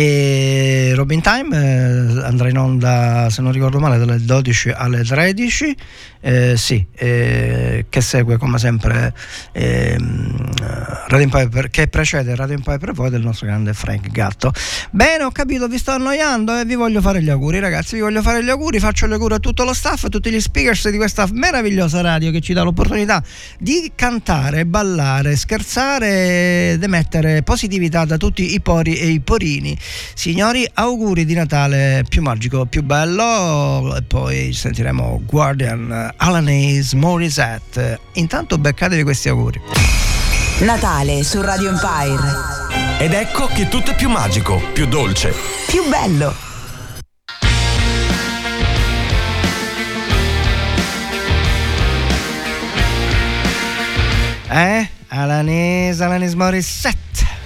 E Robin Time eh, andrà in onda, se non ricordo male, dalle dodici alle tredici, eh, sì, eh, che segue come sempre eh, Radio Empire per, che precede Radio Empire per voi del nostro grande Frank Gatto. Bene, ho capito, vi sto annoiando e vi voglio fare gli auguri, ragazzi, vi voglio fare gli auguri, faccio gli auguri a tutto lo staff, a tutti gli speakers di questa meravigliosa radio che ci dà l'opportunità di cantare, ballare, scherzare ed emettere positività da tutti i pori e i porini. Signori, auguri di Natale più magico, più bello, e poi sentiremo Guardian, Alanis Morissette. Intanto beccatevi questi auguri. Natale su Radio Empire. Ed ecco che tutto è più magico, più dolce, più bello. Eh? Alanis, Alanis Morissette.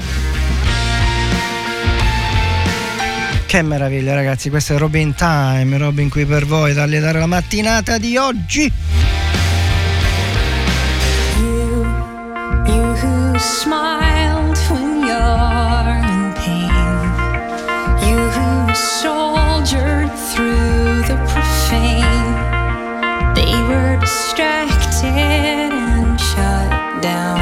Che meraviglia, ragazzi, questo è Robin Time, Robin qui per voi, da lietare la mattinata di oggi. You, you who smiled when you're in pain, you who soldiered through the profane, they were distracted and shut down.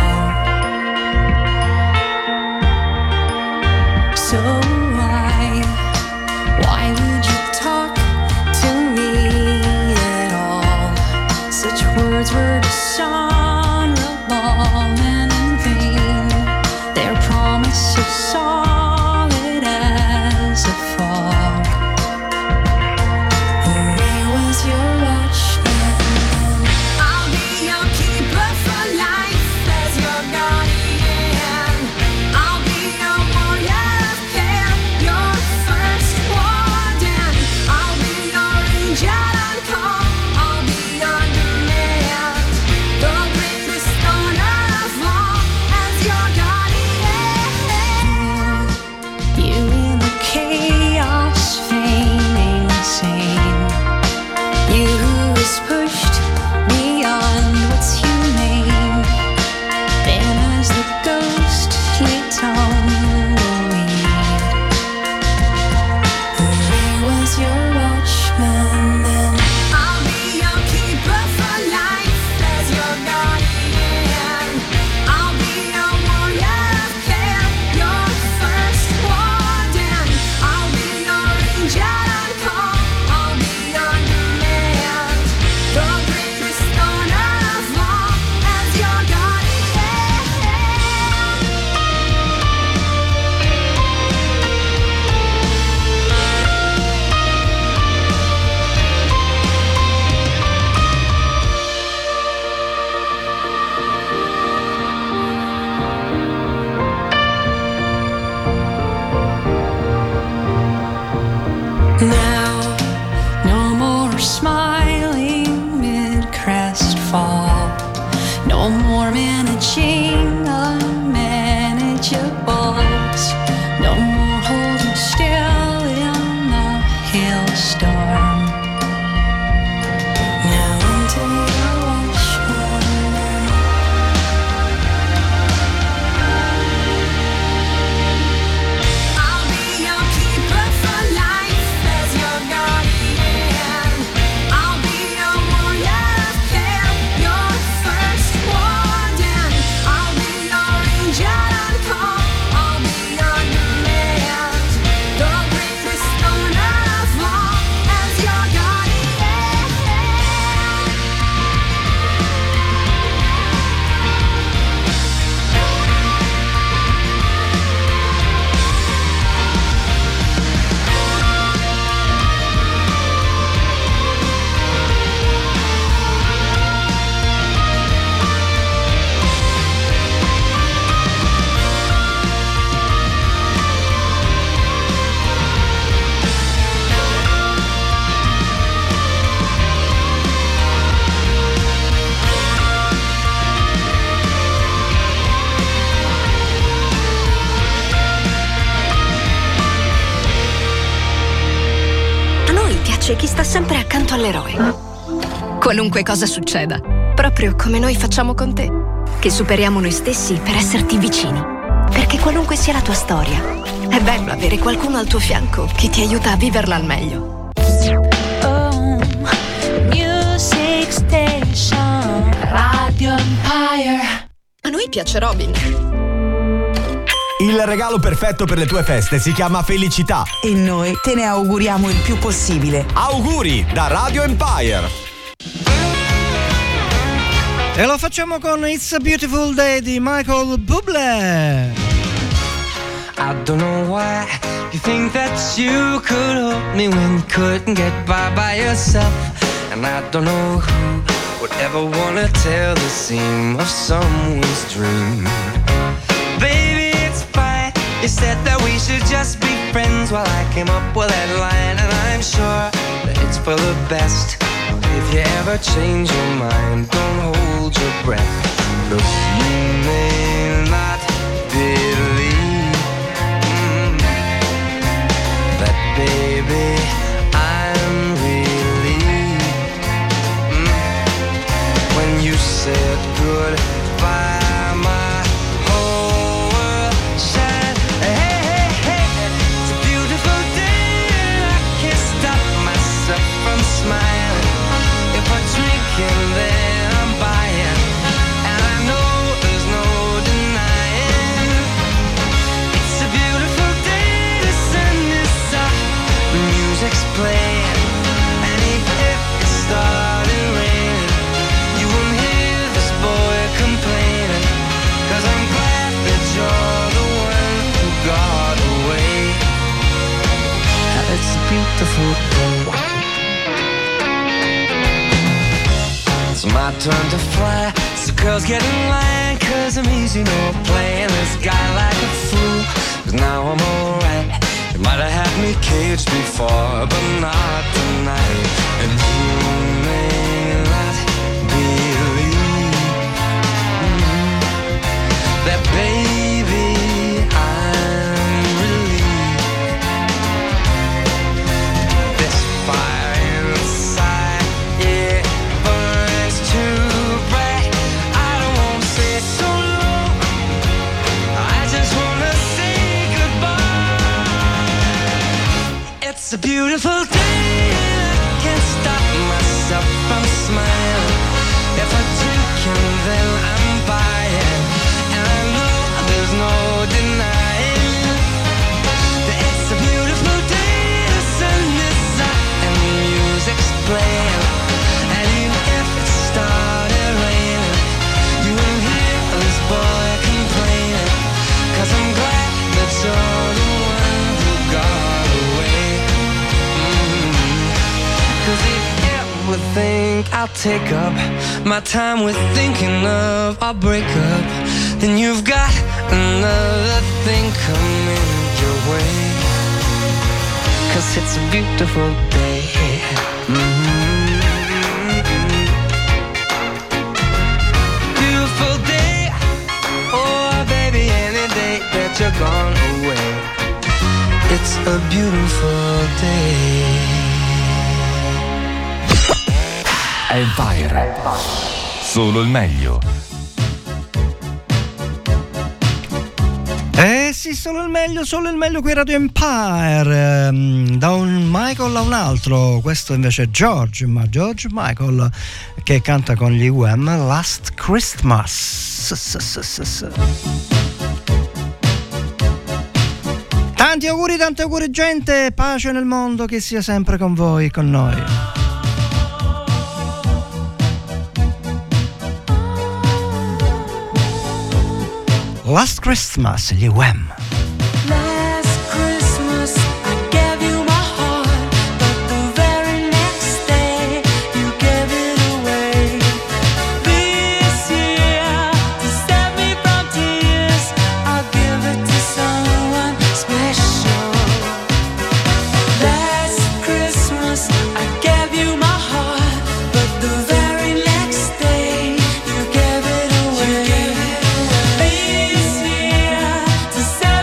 So why, why would you talk to me at all? Such words were dishonorable and in vain, their promise of solid as a fog. Where was your watchman? I'll be your keeper for life as your guardian. I'll be your warrior of care, your first warden. I'll be your angel on call, I'll be your demand, the greatest honor of all as your guardian. You in the chaos feigning sane, you who is pushed beyond what's humane, then as the ghostly tumbleweed, where was your watchman then? I'll be your keeper for life as your guardian. I'll be your warrior of care, your first warden. I'll be your angel on call, I'll be your demand, the greatest honor of all as your guardian. Now, no more smiling mid-crest fall, no more managing unmanageables, no more holding still in the hailstorm. Now into your watchman. piace chi sta sempre accanto all'eroe. Qualunque cosa succeda, proprio come noi facciamo con te, che superiamo noi stessi per esserti vicini. Perché qualunque sia la tua storia, è bello avere qualcuno al tuo fianco che ti aiuta a viverla al meglio. Oh, Music Station Radio Empire. A noi piace Robin. Il regalo perfetto per le tue feste si chiama felicità. E noi te ne auguriamo il più possibile. Auguri da Radio Empire. E lo facciamo con It's a Beautiful Day di Michael Bublé. I don't know why you think that you could help me when you couldn't get by by yourself. And I don't know who would ever wanna tell the seam of someone's dream. Baby, it's fine. You said that we should just be friends while I came up with that line. And I'm sure that it's for the best. If you ever change your mind, don't hold your breath. Look, you may not believe mm, that, baby, I'm relieved mm, when you said goodbye. My whole world shined. Hey, hey, hey, it's a beautiful day and I can't stop myself from smiling. If I drink and then I'm buying, and I know there's no denying, it's a beautiful day, the sun is up, the music's playing, and even if it started raining, you won't hear this boy complaining, 'cause I'm glad that you're the one who got away. It's a beautiful day. It's my turn to fly, so girls get in line, 'cause I'm easy, no playing this guy like a fool. 'Cause now I'm alright. You might have had me caged before, but not tonight. And you may not believe mm, that, baby, I'm relieved. This fire inside, yeah, burns too bright. I don't want to stay so long, I just want to say goodbye. It's a beautiful day and I can't stop myself from smiling. If I drink and then I'm buying, and I know there's no denying that it's a beautiful day, the sun is up and the music's playing. And even if it started raining, you won't hear this boy complaining, 'cause I'm glad that you're the one who got away. Mm-hmm. 'Cause if you ever think I'll take up my time with thinking of our breakup, then you've got another thing coming your way. 'Cause it's a beautiful day. Mm-hmm. Beautiful day. Oh, baby, any day that you're gone away, it's a beautiful day. Empire. Solo il meglio. Eh sì, solo il meglio, solo il meglio qui a Radio Empire. ehm, Da un Michael a un altro. Questo invece è George, ma George Michael, che canta con gli Wham Last Christmas. S- s- s- s- s- Tanti auguri, tanti auguri gente, pace nel mondo, che sia sempre con voi, con noi. Last Christmas, gli Wham. Last Christmas I gave you my heart, but the very next day you gave it away. This year, to save me from tears, I'll give it to someone special. Last Christmas I gave you my heart, but the very next day you gave it away. This year, to save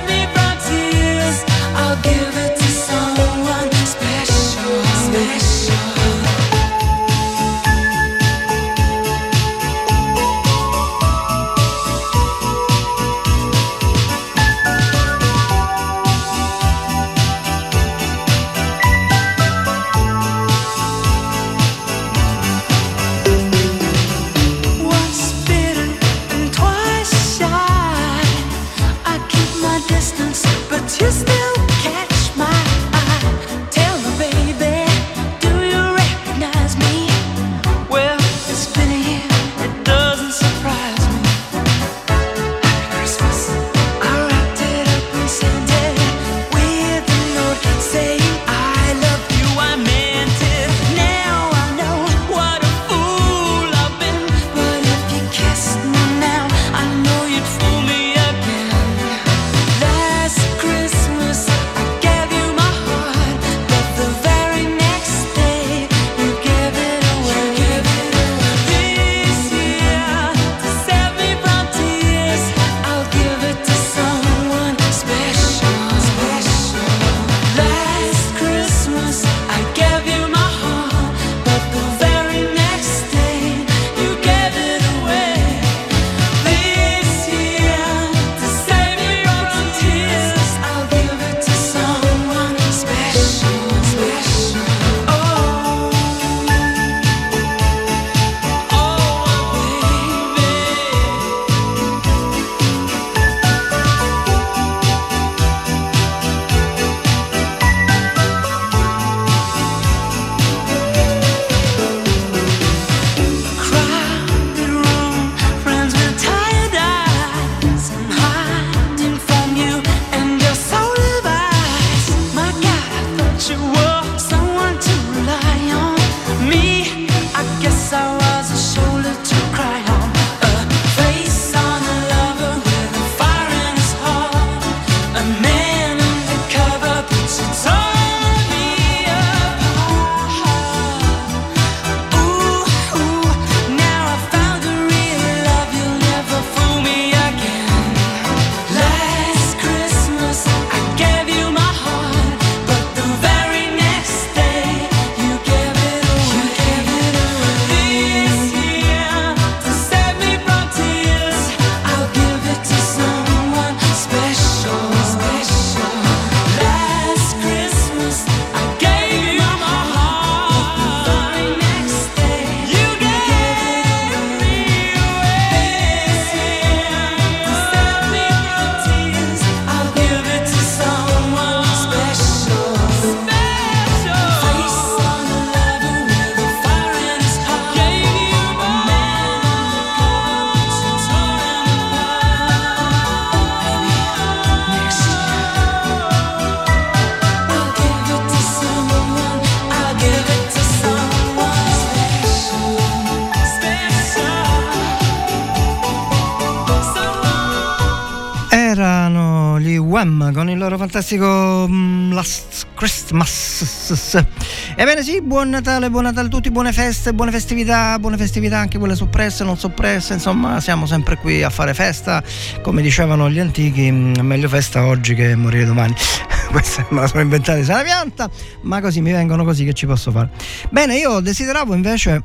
Wham con il loro fantastico um, Last Christmas. Ebbene sì, buon Natale, buon Natale a tutti, buone feste, buone festività, buone festività anche quelle soppresse, non soppresse, insomma siamo sempre qui a fare festa, come dicevano gli antichi, meglio festa oggi che morire domani. Questa me la sono inventata di sana pianta, ma così mi vengono, così che ci posso fare. Bene, io desideravo invece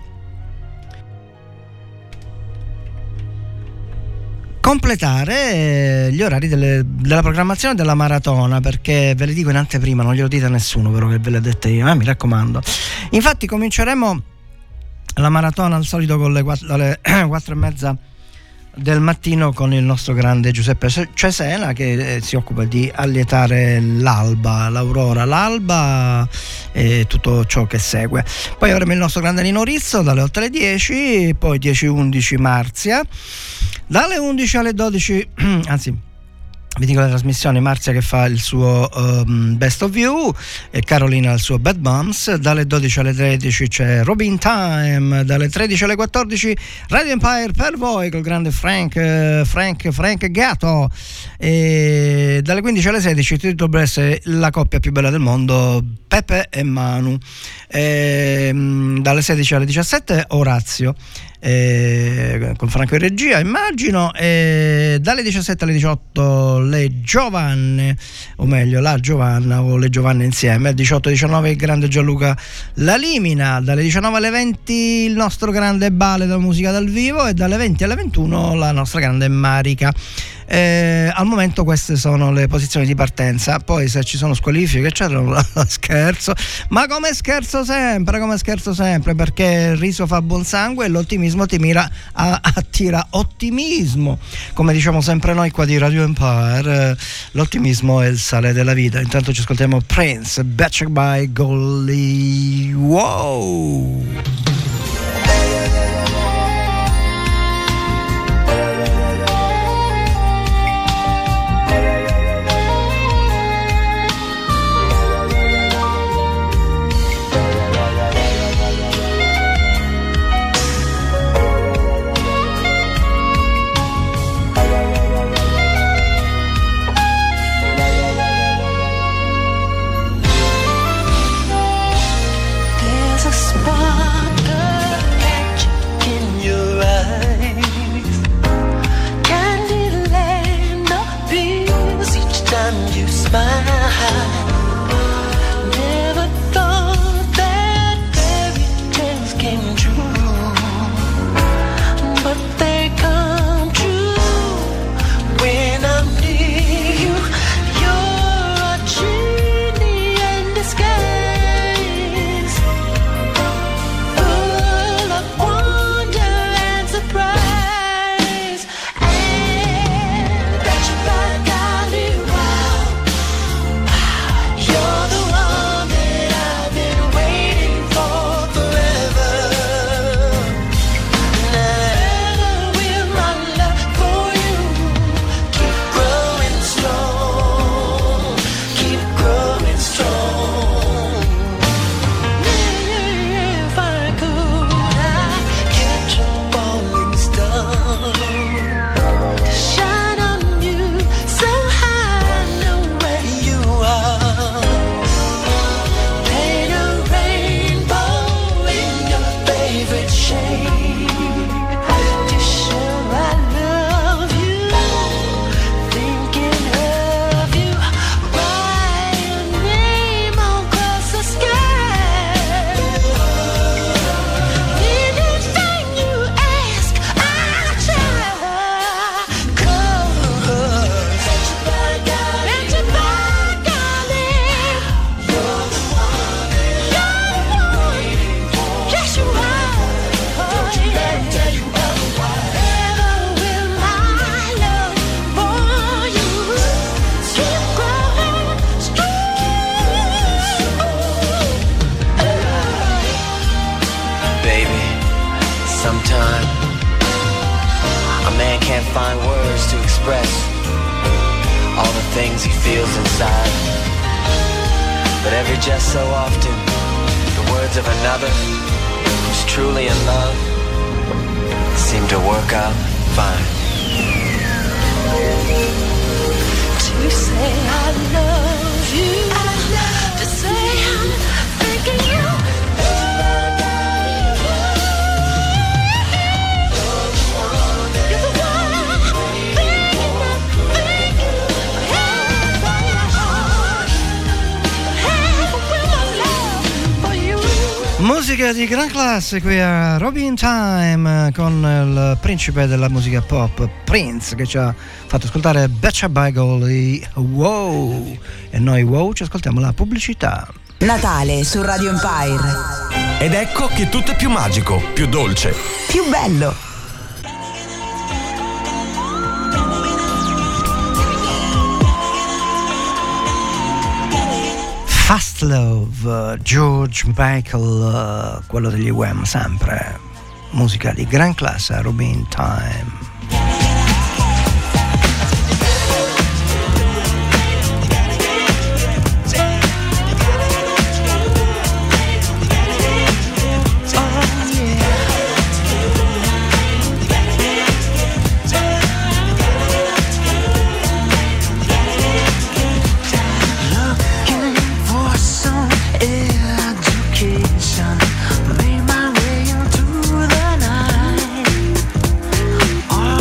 completare gli orari delle, della programmazione della maratona, perché ve le dico in anteprima, non glielo dite a nessuno però che ve le dette io, eh, mi raccomando. Infatti cominceremo la maratona al solito con le quattro, alle quattro e mezza del mattino con il nostro grande Giuseppe Cesena, che si occupa di allietare l'alba, l'aurora, l'alba e tutto ciò che segue. Poi avremo il nostro grande Nino Rizzo dalle otto alle dieci, poi dieci undici Marzia, dalle undici alle dodici, anzi vi dico la trasmissione, Marzia che fa il suo um, Best of You e Carolina il suo Bad Moms. Dalle dodici alle tredici c'è Robin Time, dalle tredici alle quattordici Radio Empire per voi col grande Frank uh, Frank Frank Gatto, e dalle quindici alle sedici dovrebbe essere la coppia più bella del mondo, Pepe e Manu, e, um, dalle sedici alle diciassette Orazio Eh, con Franco in regia immagino, e dalle diciassette alle diciotto le Giovanne, o meglio la Giovanna o le Giovanne insieme, diciotto diciannove il grande Gianluca Lalimina, dalle diciannove alle venti il nostro grande Bale della musica dal vivo, e dalle venti alle ventuno la nostra grande Marica. Eh, al momento queste sono le posizioni di partenza, poi se ci sono squalifiche eccetera scherzo, ma come scherzo sempre, come scherzo sempre, perché il riso fa buon sangue e l'ottimismo ti mira a, attira ottimismo, come diciamo sempre noi qua di Radio Empire, eh, l'ottimismo è il sale della vita. Intanto ci ascoltiamo Prince, Back by Golly. Wow. Seem to work out fine. me say I love you. To say I'm thinking you. Musica di gran classe qui a Robin Time con il principe della musica pop Prince, che ci ha fatto ascoltare Betcha Bagel e Wow, e noi Wow ci ascoltiamo la pubblicità. Natale su Radio Empire. Ed ecco che tutto è più magico, più dolce, più bello. Fast Love, George Michael, quello degli Wham, sempre musica di gran classe a Robin Time. Made my way into the night.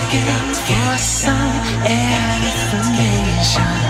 for some information.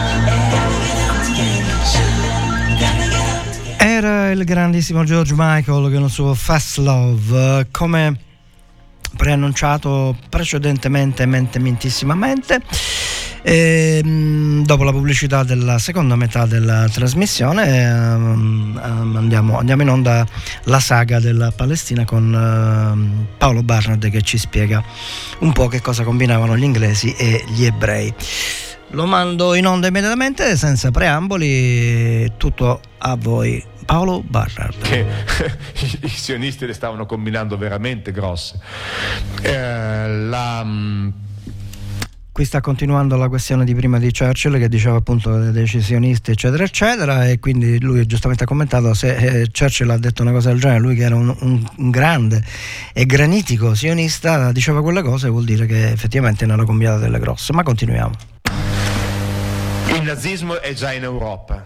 Era il grandissimo George Michael con il suo Fast Love, come preannunciato precedentemente, mente mentissimamente. E, dopo la pubblicità della seconda metà della trasmissione um, andiamo, andiamo in onda la saga della Palestina con uh, Paolo Barnard, che ci spiega un po' che cosa combinavano gli inglesi e gli ebrei. Lo mando in onda immediatamente, senza preamboli, tutto a voi, Paolo Barnard. Che i, i sionisti le stavano combinando veramente grosse. Eh, la Qui sta continuando la questione di prima di Churchill, che diceva appunto dei decisionisti eccetera eccetera, e quindi lui giustamente ha commentato: se eh, Churchill ha detto una cosa del genere, lui che era un, un, un grande e granitico sionista diceva quelle cose, vuol dire che effettivamente ne hanno combinate delle grosse. Ma continuiamo. Il nazismo è già in Europa.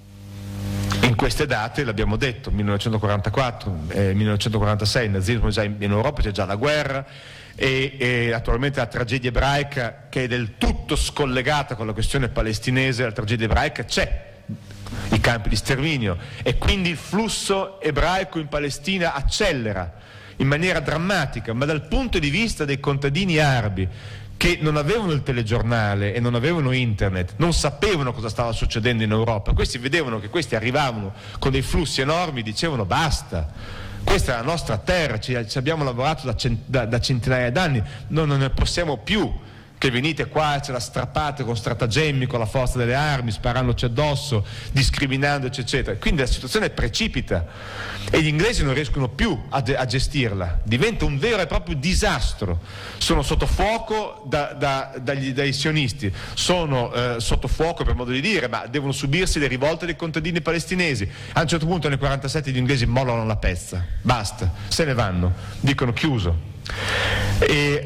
In queste date, l'abbiamo detto, millenovecentoquarantaquattro e millenovecentoquarantasei, il nazismo è già in, in Europa, c'è già la guerra. E, e attualmente la tragedia ebraica, che è del tutto scollegata con la questione palestinese, la tragedia ebraica c'è, i campi di sterminio, e quindi il flusso ebraico in Palestina accelera in maniera drammatica, ma dal punto di vista dei contadini arabi, che non avevano il telegiornale e non avevano internet, non sapevano cosa stava succedendo in Europa, questi vedevano che questi arrivavano con dei flussi enormi, dicevano basta, questa è la nostra terra, ci, ci abbiamo lavorato da, cent, da, da centinaia d'anni, noi non ne possiamo più che venite qua e ce la strappate con stratagemmi, con la forza delle armi, sparandoci addosso, discriminandoci eccetera. Quindi la situazione precipita e gli inglesi non riescono più a, a gestirla, diventa un vero e proprio disastro. Sono sotto fuoco da, da, dagli, dai sionisti, sono eh, sotto fuoco per modo di dire, ma devono subirsi le rivolte dei contadini palestinesi. A un certo punto nel quarantasette gli inglesi mollano la pezza, basta, se ne vanno, dicono chiuso. E,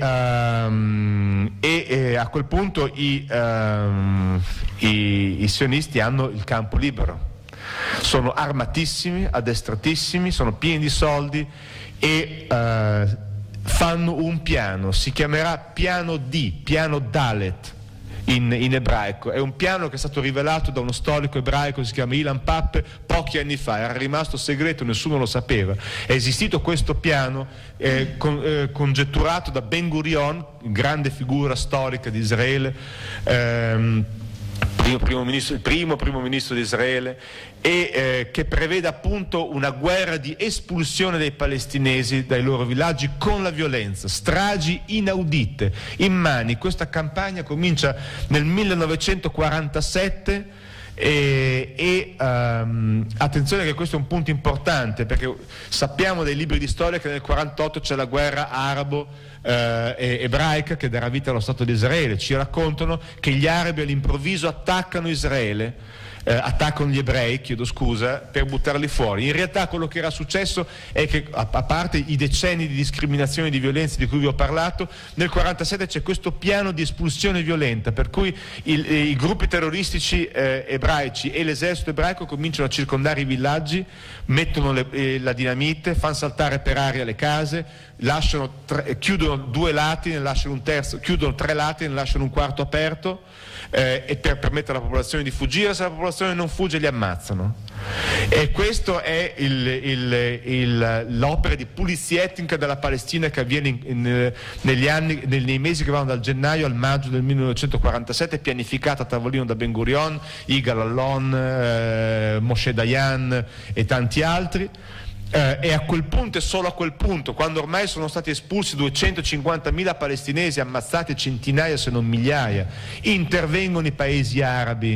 um, e, e a quel punto i, um, i, i sionisti hanno il campo libero, sono armatissimi, addestratissimi, sono pieni di soldi e uh, fanno un piano, si chiamerà piano D, piano Dalet in, in ebraico. È un piano che è stato rivelato da uno storico ebraico, si chiama Ilan Pappe, pochi anni fa, era rimasto segreto, nessuno lo sapeva. È esistito questo piano eh, con, eh, congetturato da Ben Gurion, grande figura storica di Israele, ehm, primo, primo ministro, il primo primo ministro di Israele, e eh, che prevede appunto una guerra di espulsione dei palestinesi dai loro villaggi con la violenza, stragi inaudite, immani. Questa campagna comincia nel millenovecentoquarantasette e, e um, attenzione che questo è un punto importante, perché sappiamo dai libri di storia che nel quarantotto c'è la guerra arabo Eh, ebraica che darà vita allo Stato di Israele. Ci raccontano che gli arabi all'improvviso attaccano Israele, eh, attaccano gli ebrei, chiedo scusa, per buttarli fuori. In realtà quello che era successo è che, a, a parte i decenni di discriminazione e di violenza di cui vi ho parlato, nel quarantasette c'è questo piano di espulsione violenta, per cui il, i gruppi terroristici eh, ebraici e l'esercito ebraico cominciano a circondare i villaggi, mettono le, eh, la dinamite, fanno saltare per aria le case, lasciano tre, chiudono due lati, ne lasciano un terzo, chiudono tre lati, ne lasciano un quarto aperto, eh, e per permettere alla popolazione di fuggire. Se la popolazione non fugge li ammazzano. E questo è il, il, il, l'opera di pulizia etnica della Palestina che avviene in, in, negli anni, nei mesi che vanno dal gennaio al maggio del millenovecentoquarantasette, pianificata a tavolino da Ben Gurion, Yigal Allon, eh, Moshe Dayan e tanti altri. Eh, e a quel punto, e solo a quel punto, quando ormai sono stati espulsi duecentocinquantamila palestinesi, ammazzati centinaia se non migliaia, intervengono i paesi arabi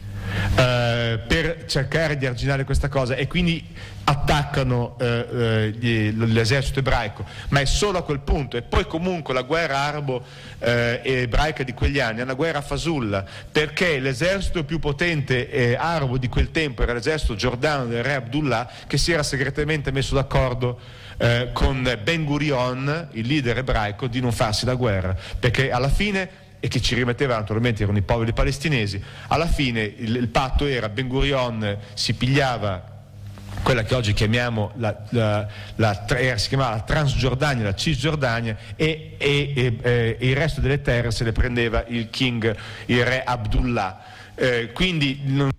eh, per cercare di arginare questa cosa, e quindi attaccano eh, eh, gli, l'esercito ebraico, ma è solo a quel punto. E poi comunque la guerra arabo eh, ebraica di quegli anni è una guerra fasulla, perché l'esercito più potente eh, arabo di quel tempo era l'esercito giordano del re Abdullah, che si era segretamente messo d'accordo eh, con Ben Gurion, il leader ebraico, di non farsi la guerra, perché alla fine, e che ci rimetteva naturalmente erano i poveri palestinesi, alla fine il, il patto era Ben Gurion si pigliava quella che oggi chiamiamo la, la, la, la, si chiamava la Transgiordania, la Cisgiordania, e, e, e, e il resto delle terre se le prendeva il king, il re Abdullah. Eh, quindi, non...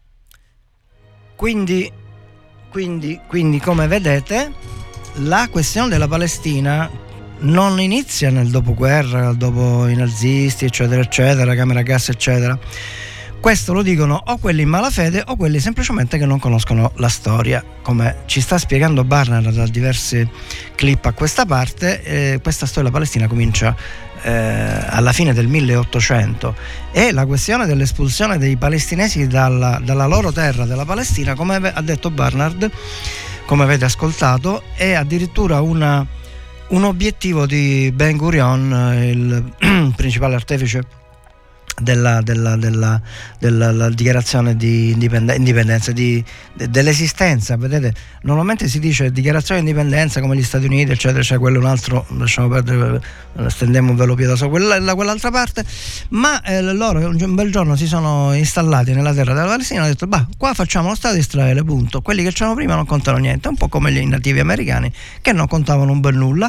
quindi, quindi, quindi, come vedete, la questione della Palestina non inizia nel dopoguerra, dopo i nazisti, eccetera, eccetera, camera gas, eccetera. Questo lo dicono o quelli in malafede o quelli semplicemente che non conoscono la storia, come ci sta spiegando Barnard da diversi clip a questa parte. Eh, questa storia della Palestina comincia eh, alla fine del milleottocento, e la questione dell'espulsione dei palestinesi dalla, dalla loro terra, della Palestina, come ha detto Barnard, come avete ascoltato, è addirittura una, un obiettivo di Ben Gurion, il principale artefice Della, della, della, della, della dichiarazione di indipendenza, di, de, dell'esistenza. Vedete, normalmente si dice dichiarazione di indipendenza come gli Stati Uniti, eccetera, cioè quello è un altro, lasciamo perdere, stendiamo un velo pietoso quella, da quell'altra parte, ma eh, loro un bel giorno si sono installati nella terra della Palestina e hanno detto: bah, qua facciamo lo Stato di Israele, punto. Quelli che c'erano prima non contano niente, un po' come gli nativi americani che non contavano un bel nulla.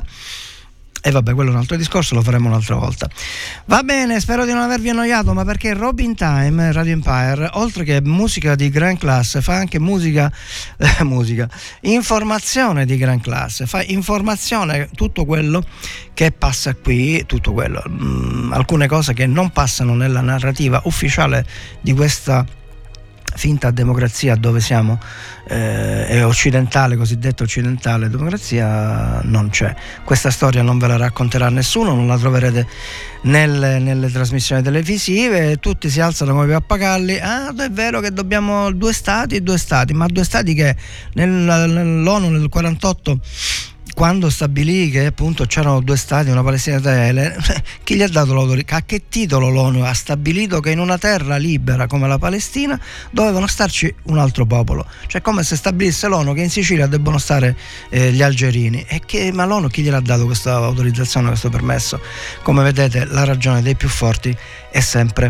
E vabbè, quello è un altro discorso, lo faremo un'altra volta. Va bene, spero di non avervi annoiato, ma perché Robin Time, Radio Empire, oltre che musica di gran classe, fa anche musica, eh, musica, informazione di gran classe, fa informazione, tutto quello che passa qui, tutto quello, mh, alcune cose che non passano nella narrativa ufficiale di questa finta democrazia dove siamo, eh, è occidentale, cosiddetta occidentale democrazia, non c'è. Questa storia non ve la racconterà nessuno, non la troverete nelle, nelle trasmissioni televisive. Tutti si alzano come pappagalli: ah, è vero che dobbiamo due stati, due stati, ma due stati che nel, nell'ONU nel quarantotto, quando stabilì che appunto c'erano due stati, una Palestina e Israele, chi gli ha dato l'autorità? A che titolo l'ONU ha stabilito che in una terra libera come la Palestina dovevano starci un altro popolo? Cioè, come se stabilisse l'ONU che in Sicilia debbono stare eh, gli algerini. E che, ma l'ONU chi gliel'ha dato questa autorizzazione, questo permesso? Come vedete, la ragione dei più forti è sempre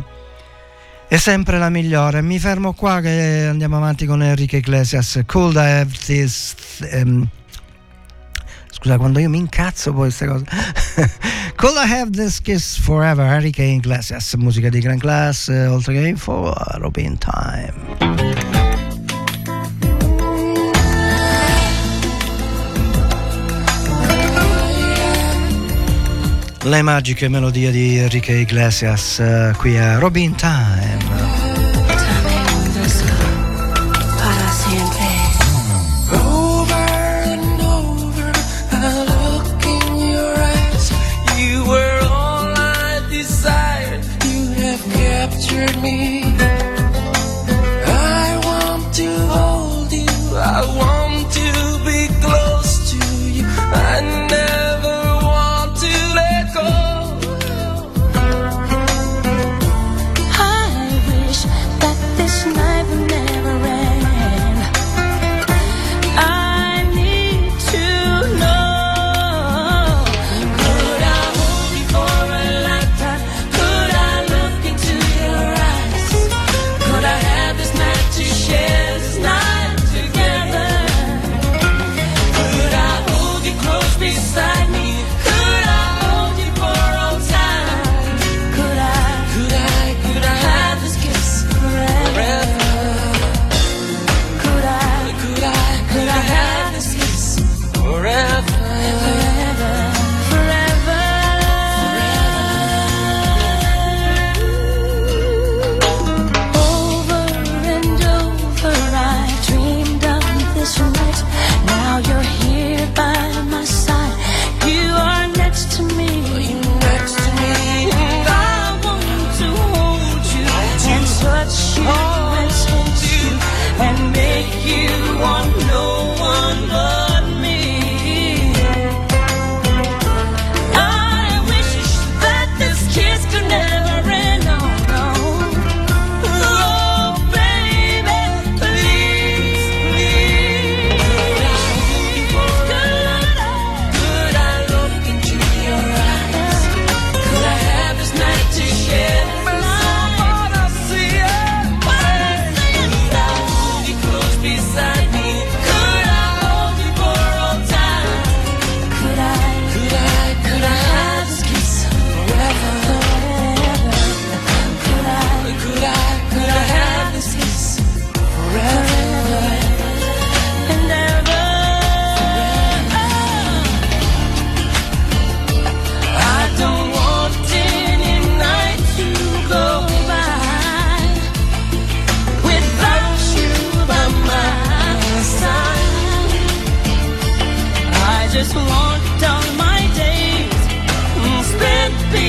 è sempre la migliore. Mi fermo qua che andiamo avanti con Enrique Iglesias. Could I have this um, Scusa, quando io mi incazzo poi queste cose. Could I have this kiss forever? Enrique Iglesias, musica di gran classe, oltre che info, Robin Time. Le magiche melodie di Enrique Iglesias, uh, qui a Robin Time. Me. I want to hold you, I want to be close to you, I never want to let go. I wish that this night would never end. I need to know, could I hold you for a lifetime? Could I look into your eyes?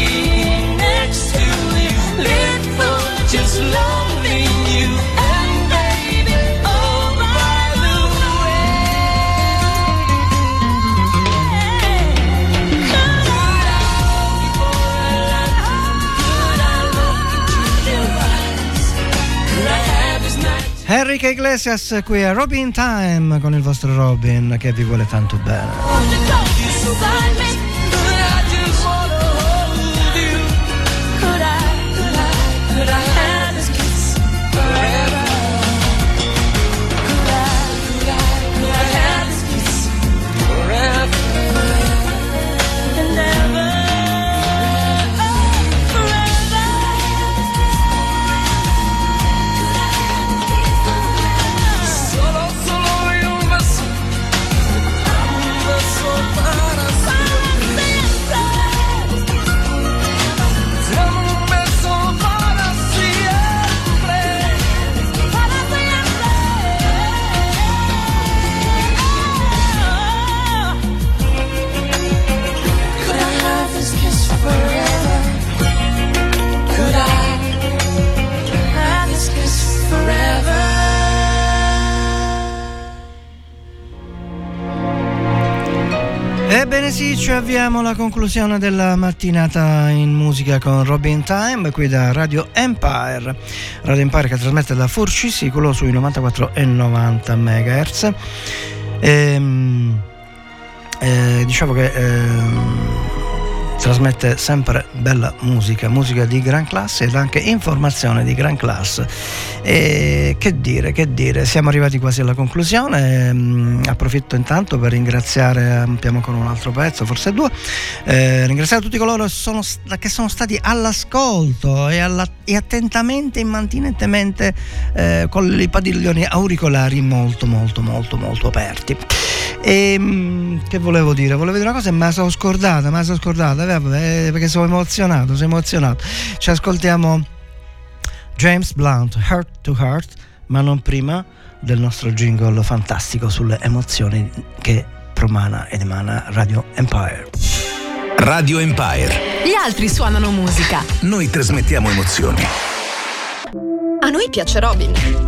me next to you, live for just loving you. And baby, oh by the way, could I look into your eyes? Could I have this night? Enrique Iglesias qui a Robin Time con il vostro Robin che vi vuole tanto bene. Ebbene sì, ci avviamo alla conclusione della mattinata in musica con Robin Time qui da Radio Empire. Radio Empire che trasmette da Furcisicolo sui novantaquattro e novanta megahertz. Ehm, eh, diciamo che ehm, trasmette sempre bella musica, musica di gran classe ed anche informazione di gran classe. E che dire, che dire, siamo arrivati quasi alla conclusione. Ehm, approfitto intanto per ringraziare, abbiamo ancora un altro pezzo, forse due, eh, ringraziare tutti coloro che sono, che sono stati all'ascolto e, alla, e attentamente, immantinentemente eh, con i padiglioni auricolari molto molto molto molto aperti. E che volevo dire? Volevo dire una cosa e me la sono scordata, me la sono scordata eh, perché sono emozionato, sono emozionato. Ci ascoltiamo James Blunt, Heart to Heart, ma non prima del nostro jingle fantastico sulle emozioni che promana ed emana Radio Empire. Radio Empire. Gli altri suonano musica. Noi trasmettiamo emozioni. A noi piace Robin.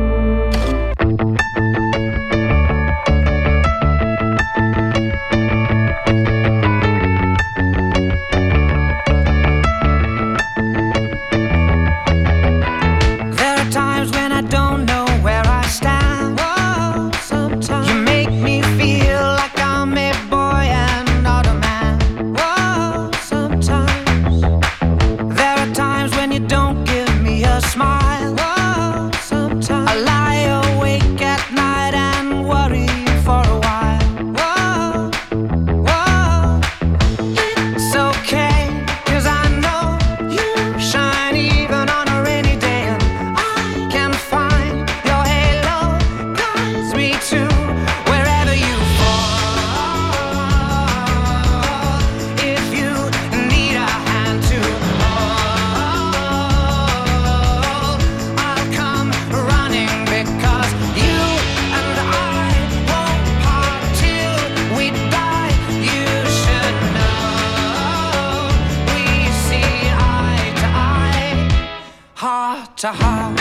to heart.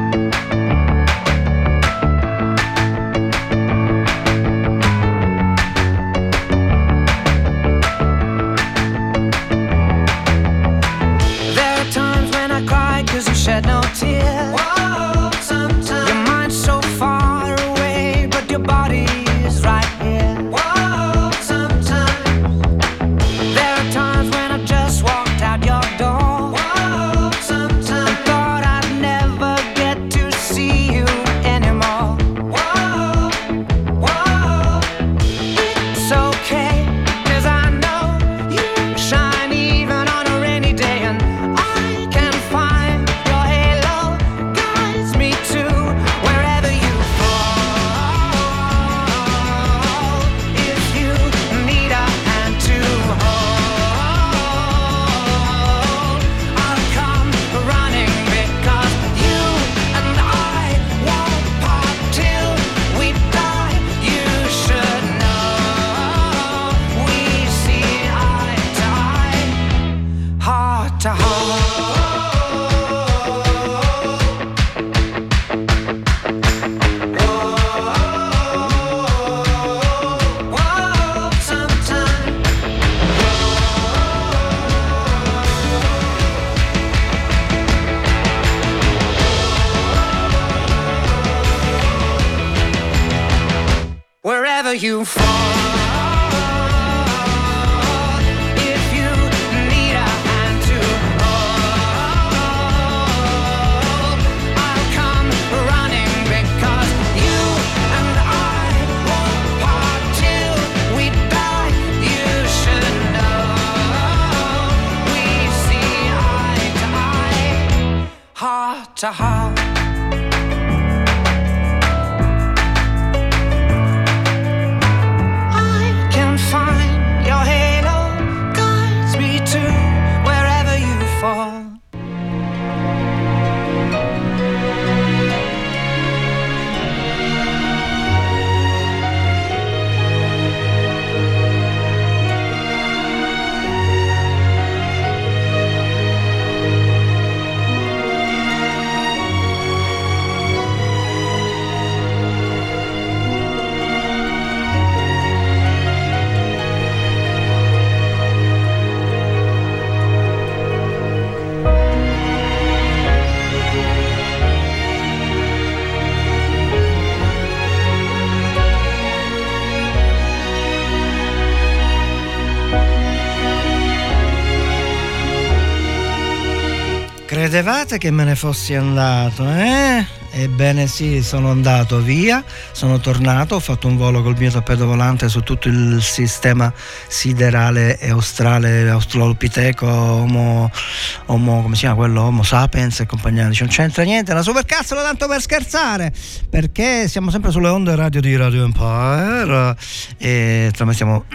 There are times when I cry 'cause you shed no tears. Whoa, sometimes your mind's so far away, but your body is right here. Whoa, sometimes there are times when I just walked out your door. Whoa, sometimes and thought I'd never heart to heart. Wherever you fall, if you need a hand to hold, I'll come running because you and I won't part till we die. You should know we see eye to eye, heart to heart. Credevate che me ne fossi andato, eh? Ebbene sì, sono andato via, sono tornato, ho fatto un volo col mio tappeto volante su tutto il sistema siderale e australe, australopiteco, homo, homo, come si chiama quello? Homo sapiens e compagnia, dice, non c'entra niente, la supercazzola tanto per scherzare, perché siamo sempre sulle onde radio di Radio Empire e trasmettiamo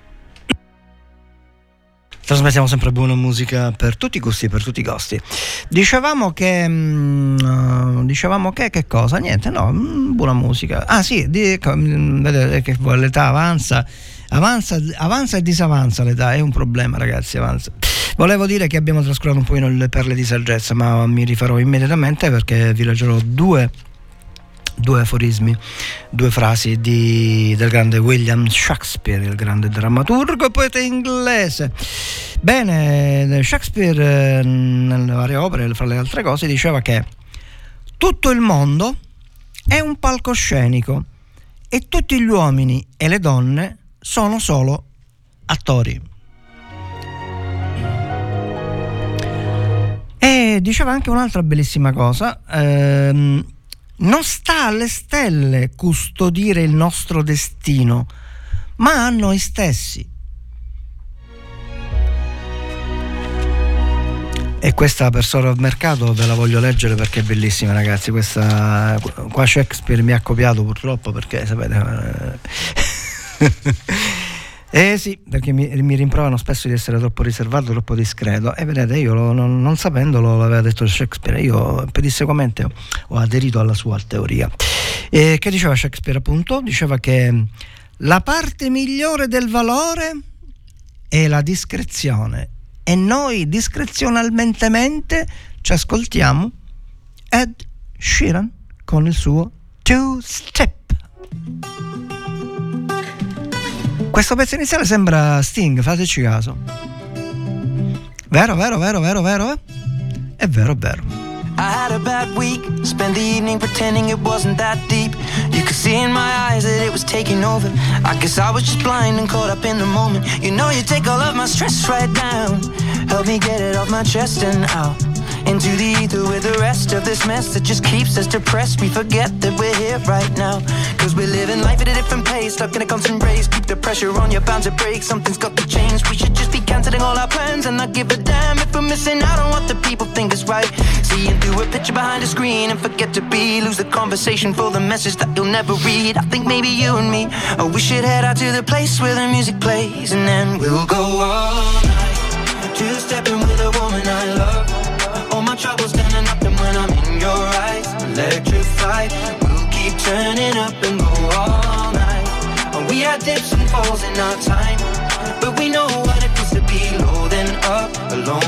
Trasmettiamo sempre buona musica per tutti i gusti, per tutti i costi. Dicevamo che mh, dicevamo che che cosa? Niente, no, mh, buona musica. Ah sì, di, vedete che l'età avanza, avanza, avanza e disavanza l'età, è un problema, ragazzi, avanza. Volevo dire che abbiamo trascurato un pochino le perle di saggezza, ma mi rifarò immediatamente perché vi leggerò due due aforismi, due frasi di, del grande William Shakespeare, il grande drammaturgo e poeta inglese. Bene, Shakespeare nelle varie opere, fra le altre cose, diceva che tutto il mondo è un palcoscenico e tutti gli uomini e le donne sono solo attori. E diceva anche un'altra bellissima cosa, ehm, non sta alle stelle custodire il nostro destino, ma a noi stessi. E questa per Sword of Mercato ve la voglio leggere perché è bellissima, ragazzi. Questa qua Shakespeare mi ha copiato purtroppo, perché sapete eh sì, perché mi, mi rimproverano spesso di essere troppo riservato, troppo discreto, e vedete, io lo, non, non sapendolo, l'aveva detto Shakespeare, io pedissequamente ho, ho aderito alla sua teoria. E che diceva Shakespeare, appunto? Diceva che la parte migliore del valore è la discrezione, e noi discrezionalmente ci ascoltiamo Ed Sheeran con il suo Two Step. Questo pezzo iniziale sembra Sting, fateci caso. Vero, vero, vero, vero, vero? È vero, è vero. I had a bad week, spent the evening pretending it wasn't that deep. You could see in my eyes that it was taking over. I guess I was just blind and caught up in the moment. You know you take all of my stress right down. Help me get it off my chest and out into the ether with the rest of this mess that just keeps us depressed. We forget that we're here right now, cause we're living life at a different pace, stuck in a constant race. Keep the pressure on, you're bound to break. Something's got to change. We should just be cancelling all our plans and not give a damn if we're missing out on what the people think is right. Seeing through a picture behind a screen and forget to be, lose the conversation for the message that you'll never read. I think maybe you and me, oh, we should head out to the place where the music plays, and then we'll go all night, two-stepping with a woman I love. All my troubles standing up, and when I'm in your eyes, electrified. We'll keep turning up and go all night. And we had dips and falls in our time, but we know what it feels to be low then up, alone then low.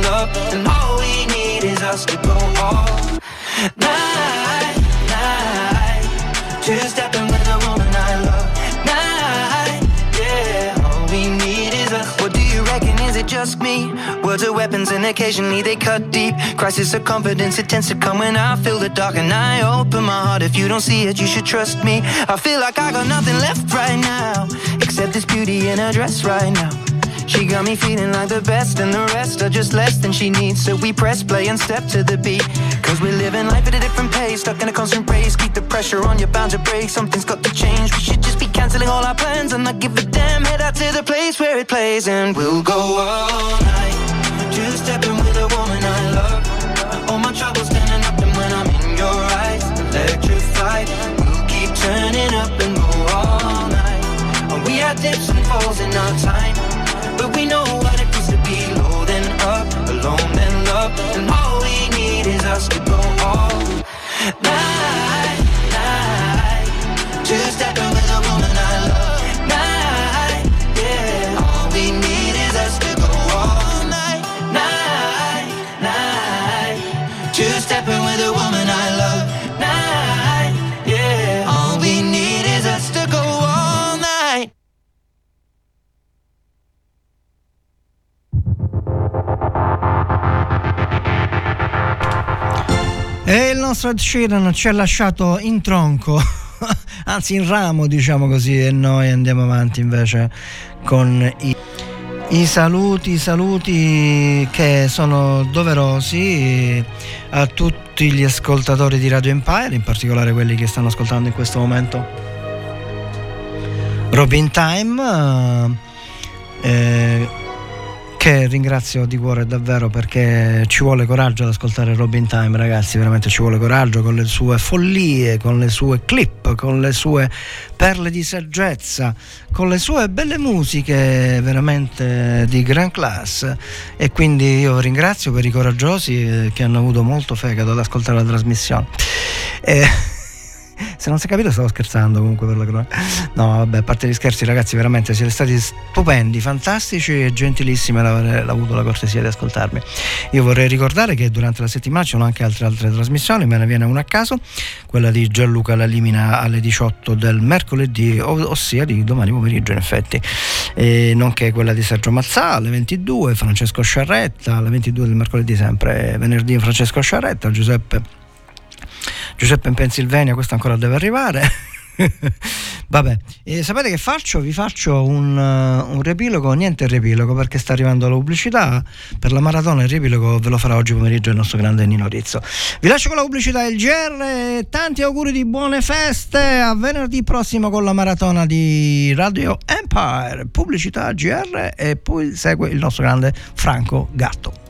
love, and all we need is us to go all night, night. Two-stepping with a woman I love, night, yeah. All we need is us. What do you reckon, is it just me? Words are weapons and occasionally they cut deep. Crisis of confidence, it tends to come when I feel the dark and I open my heart. If you don't see it, you should trust me. I feel like I got nothing left right now except this beauty in her dress right now. She got me feeling like the best, and the rest are just less than she needs. So we press play and step to the beat, cause we're living life at a different pace, stuck in a constant race. Keep the pressure on, you're bound to break. Something's got to change, we should just be cancelling all our plans and not give a damn. Head out to the place where it plays, and we'll go all night. Two-stepping with a woman I love. All my troubles standing up, and when I'm in your eyes, electrified. We'll keep turning up and go all night. And we had dips and falls in our time, but we know what it feels to be low then up, alone then love, and all we need is us to go all night, night. Two-stepping with a woman I love, night, yeah. All we need is us to go all night, night, night. Two-stepping with a woman I love, night, yeah. All we need is us to go all night. E il nostro Ed Sheeran ci ha lasciato in tronco, anzi in ramo, diciamo così, e noi andiamo avanti invece con i, i saluti, i saluti che sono doverosi a tutti gli ascoltatori di Radio Empire, in particolare quelli che stanno ascoltando in questo momento Robin Time, eh, che ringrazio di cuore davvero, perché ci vuole coraggio ad ascoltare Robin Time, ragazzi, veramente ci vuole coraggio, con le sue follie, con le sue clip, con le sue perle di saggezza, con le sue belle musiche veramente di gran class. E quindi io ringrazio per i coraggiosi che hanno avuto molto fegato ad ascoltare la trasmissione. E se non si è capito stavo scherzando, comunque, per la cronaca. No, vabbè, a parte gli scherzi, ragazzi, veramente siete stati stupendi, fantastici e gentilissimi ad aver avuto la cortesia di ascoltarmi. Io vorrei ricordare che durante la settimana ci sono anche altre altre trasmissioni, me ne viene una a caso, quella di Gianluca Lalimina alle diciotto del mercoledì, ossia di domani pomeriggio in effetti, e nonché quella di Sergio Mazzà alle ventidue, Francesco Sciarretta alle ventidue del mercoledì, sempre venerdì Francesco Sciarretta, Giuseppe Giuseppe in Pennsylvania, questo ancora deve arrivare. Vabbè, e sapete che faccio? Vi faccio un, uh, un riepilogo, niente riepilogo, perché sta arrivando la pubblicità per la maratona. Il riepilogo ve lo farà oggi pomeriggio il nostro grande Nino Rizzo. Vi lascio con la pubblicità e il G R, tanti auguri di buone feste, a venerdì prossimo con la maratona di Radio Empire, pubblicità, G R, e poi segue il nostro grande Franco Gatto.